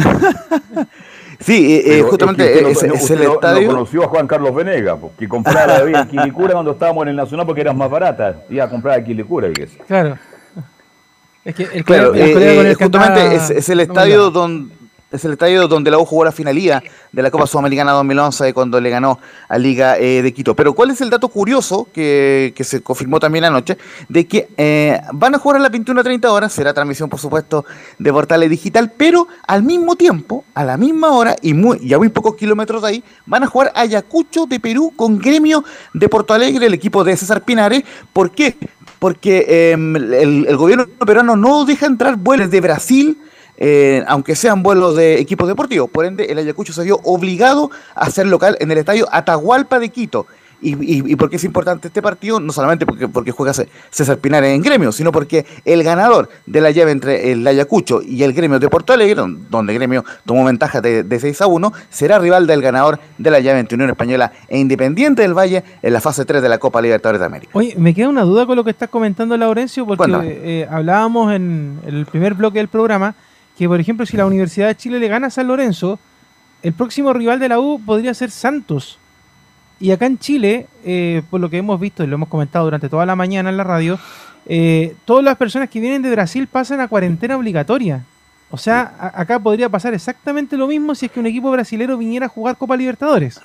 S6: Sí,
S2: Pero
S6: justamente
S2: es que
S6: es el
S2: no
S6: estadio.
S2: conoció a Juan Carlos Venegas, que compraba la bebida en Quilicura cuando estábamos en el Nacional porque eran más baratas. Iba a comprar a Quilicura, fíjese.
S7: Claro. Es que el
S6: Claro,
S7: colega con el que
S6: justamente
S7: andaba
S6: es el
S7: no
S6: estadio
S7: mandaba.
S6: es el estadio donde la U jugó la finalía de la Copa Sudamericana 2011 cuando le ganó a Liga de Quito. Pero ¿cuál es el dato curioso que se confirmó también anoche? De que van a jugar a las 21:30 horas, será transmisión por supuesto de Portales Digital, pero al mismo tiempo, a la misma hora y a muy pocos kilómetros de ahí, van a jugar Ayacucho de Perú con Gremio de Porto Alegre, el equipo de César Pinares. ¿Por qué? Porque el gobierno peruano no deja entrar vuelos de Brasil, aunque sean vuelos de equipos deportivos. Por ende, el Ayacucho se vio obligado a ser local en el estadio Atahualpa de Quito. ¿Y por qué es importante este partido? No solamente porque juega César Pinares en Gremio, sino porque el ganador de la llave entre el Ayacucho y el Gremio de Porto Alegre, donde Gremio tomó ventaja de 6-1, será rival del ganador de la llave entre Unión Española e Independiente del Valle en la fase 3 de la Copa Libertadores de América.
S7: Oye, me queda una duda con lo que estás comentando, Laurencio, porque hablábamos en el primer bloque del programa que, por ejemplo, si la Universidad de Chile le gana a San Lorenzo, el próximo rival de la U podría ser Santos. Y acá en Chile, por lo que hemos visto y lo hemos comentado durante toda la mañana en la radio, todas las personas que vienen de Brasil pasan a cuarentena obligatoria. O sea, acá podría pasar exactamente lo mismo si es que un equipo brasilero viniera a jugar Copa Libertadores.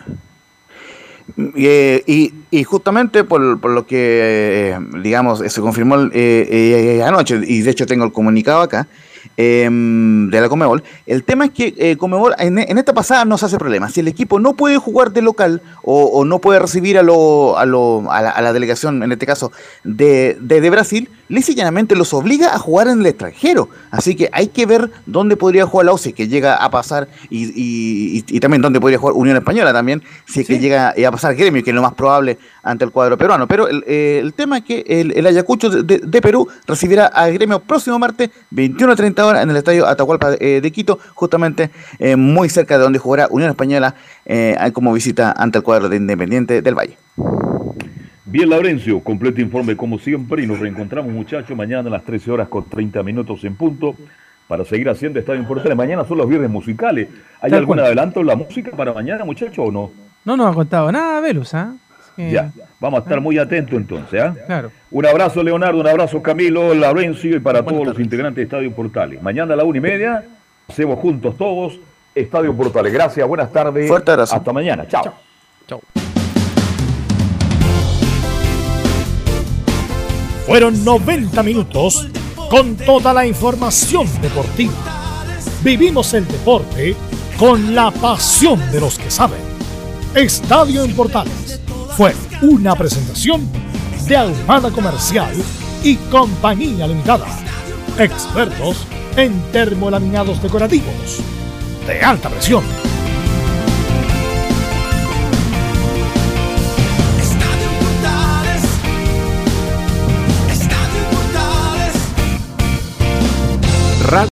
S6: Y justamente por lo que, digamos, se confirmó anoche, y de hecho tengo el comunicado acá, de la Conmebol. El tema es que Conmebol en esta pasada no se hace problema. Si el equipo no puede jugar de local o no puede recibir a la delegación, en este caso de Brasil, lisa y llanamente los obliga a jugar en el extranjero. Así que hay que ver dónde podría jugar la UCI, que llega a pasar, y también dónde podría jugar Unión Española también, si es que llega a pasar Gremio, que es lo más probable ante el cuadro peruano. Pero el tema es que el Ayacucho de Perú recibirá a Gremio próximo martes 21:30 horas en el estadio Atahualpa de Quito, justamente muy cerca de donde jugará Unión Española como visita ante el cuadro de Independiente del Valle.
S2: Bien, Laurencio, completo informe como siempre y nos reencontramos, muchachos, mañana a las 13:30 en punto para seguir haciendo Estadio Portales. Mañana son los viernes musicales. ¿Hay algún adelanto en la música para mañana, muchachos, o no?
S7: No nos ha contado nada, Velus, ¿ah?
S2: Ya, vamos a estar muy atentos entonces.
S7: Claro.
S2: Un abrazo, Leonardo, un abrazo, Camilo, Laurencio, y para todos los integrantes de Estadio Portales. Mañana a la 1:30, hacemos juntos todos Estadio Portales. Gracias, buenas tardes.
S6: Fuerte abrazo.
S2: Hasta mañana. Chao.
S8: Chao.
S1: Fueron 90 minutos con toda la información deportiva. Vivimos el deporte con la pasión de los que saben. Estadio en Portales fue una presentación de Ahumada Comercial y Compañía Limitada. Expertos en termolaminados decorativos de alta presión.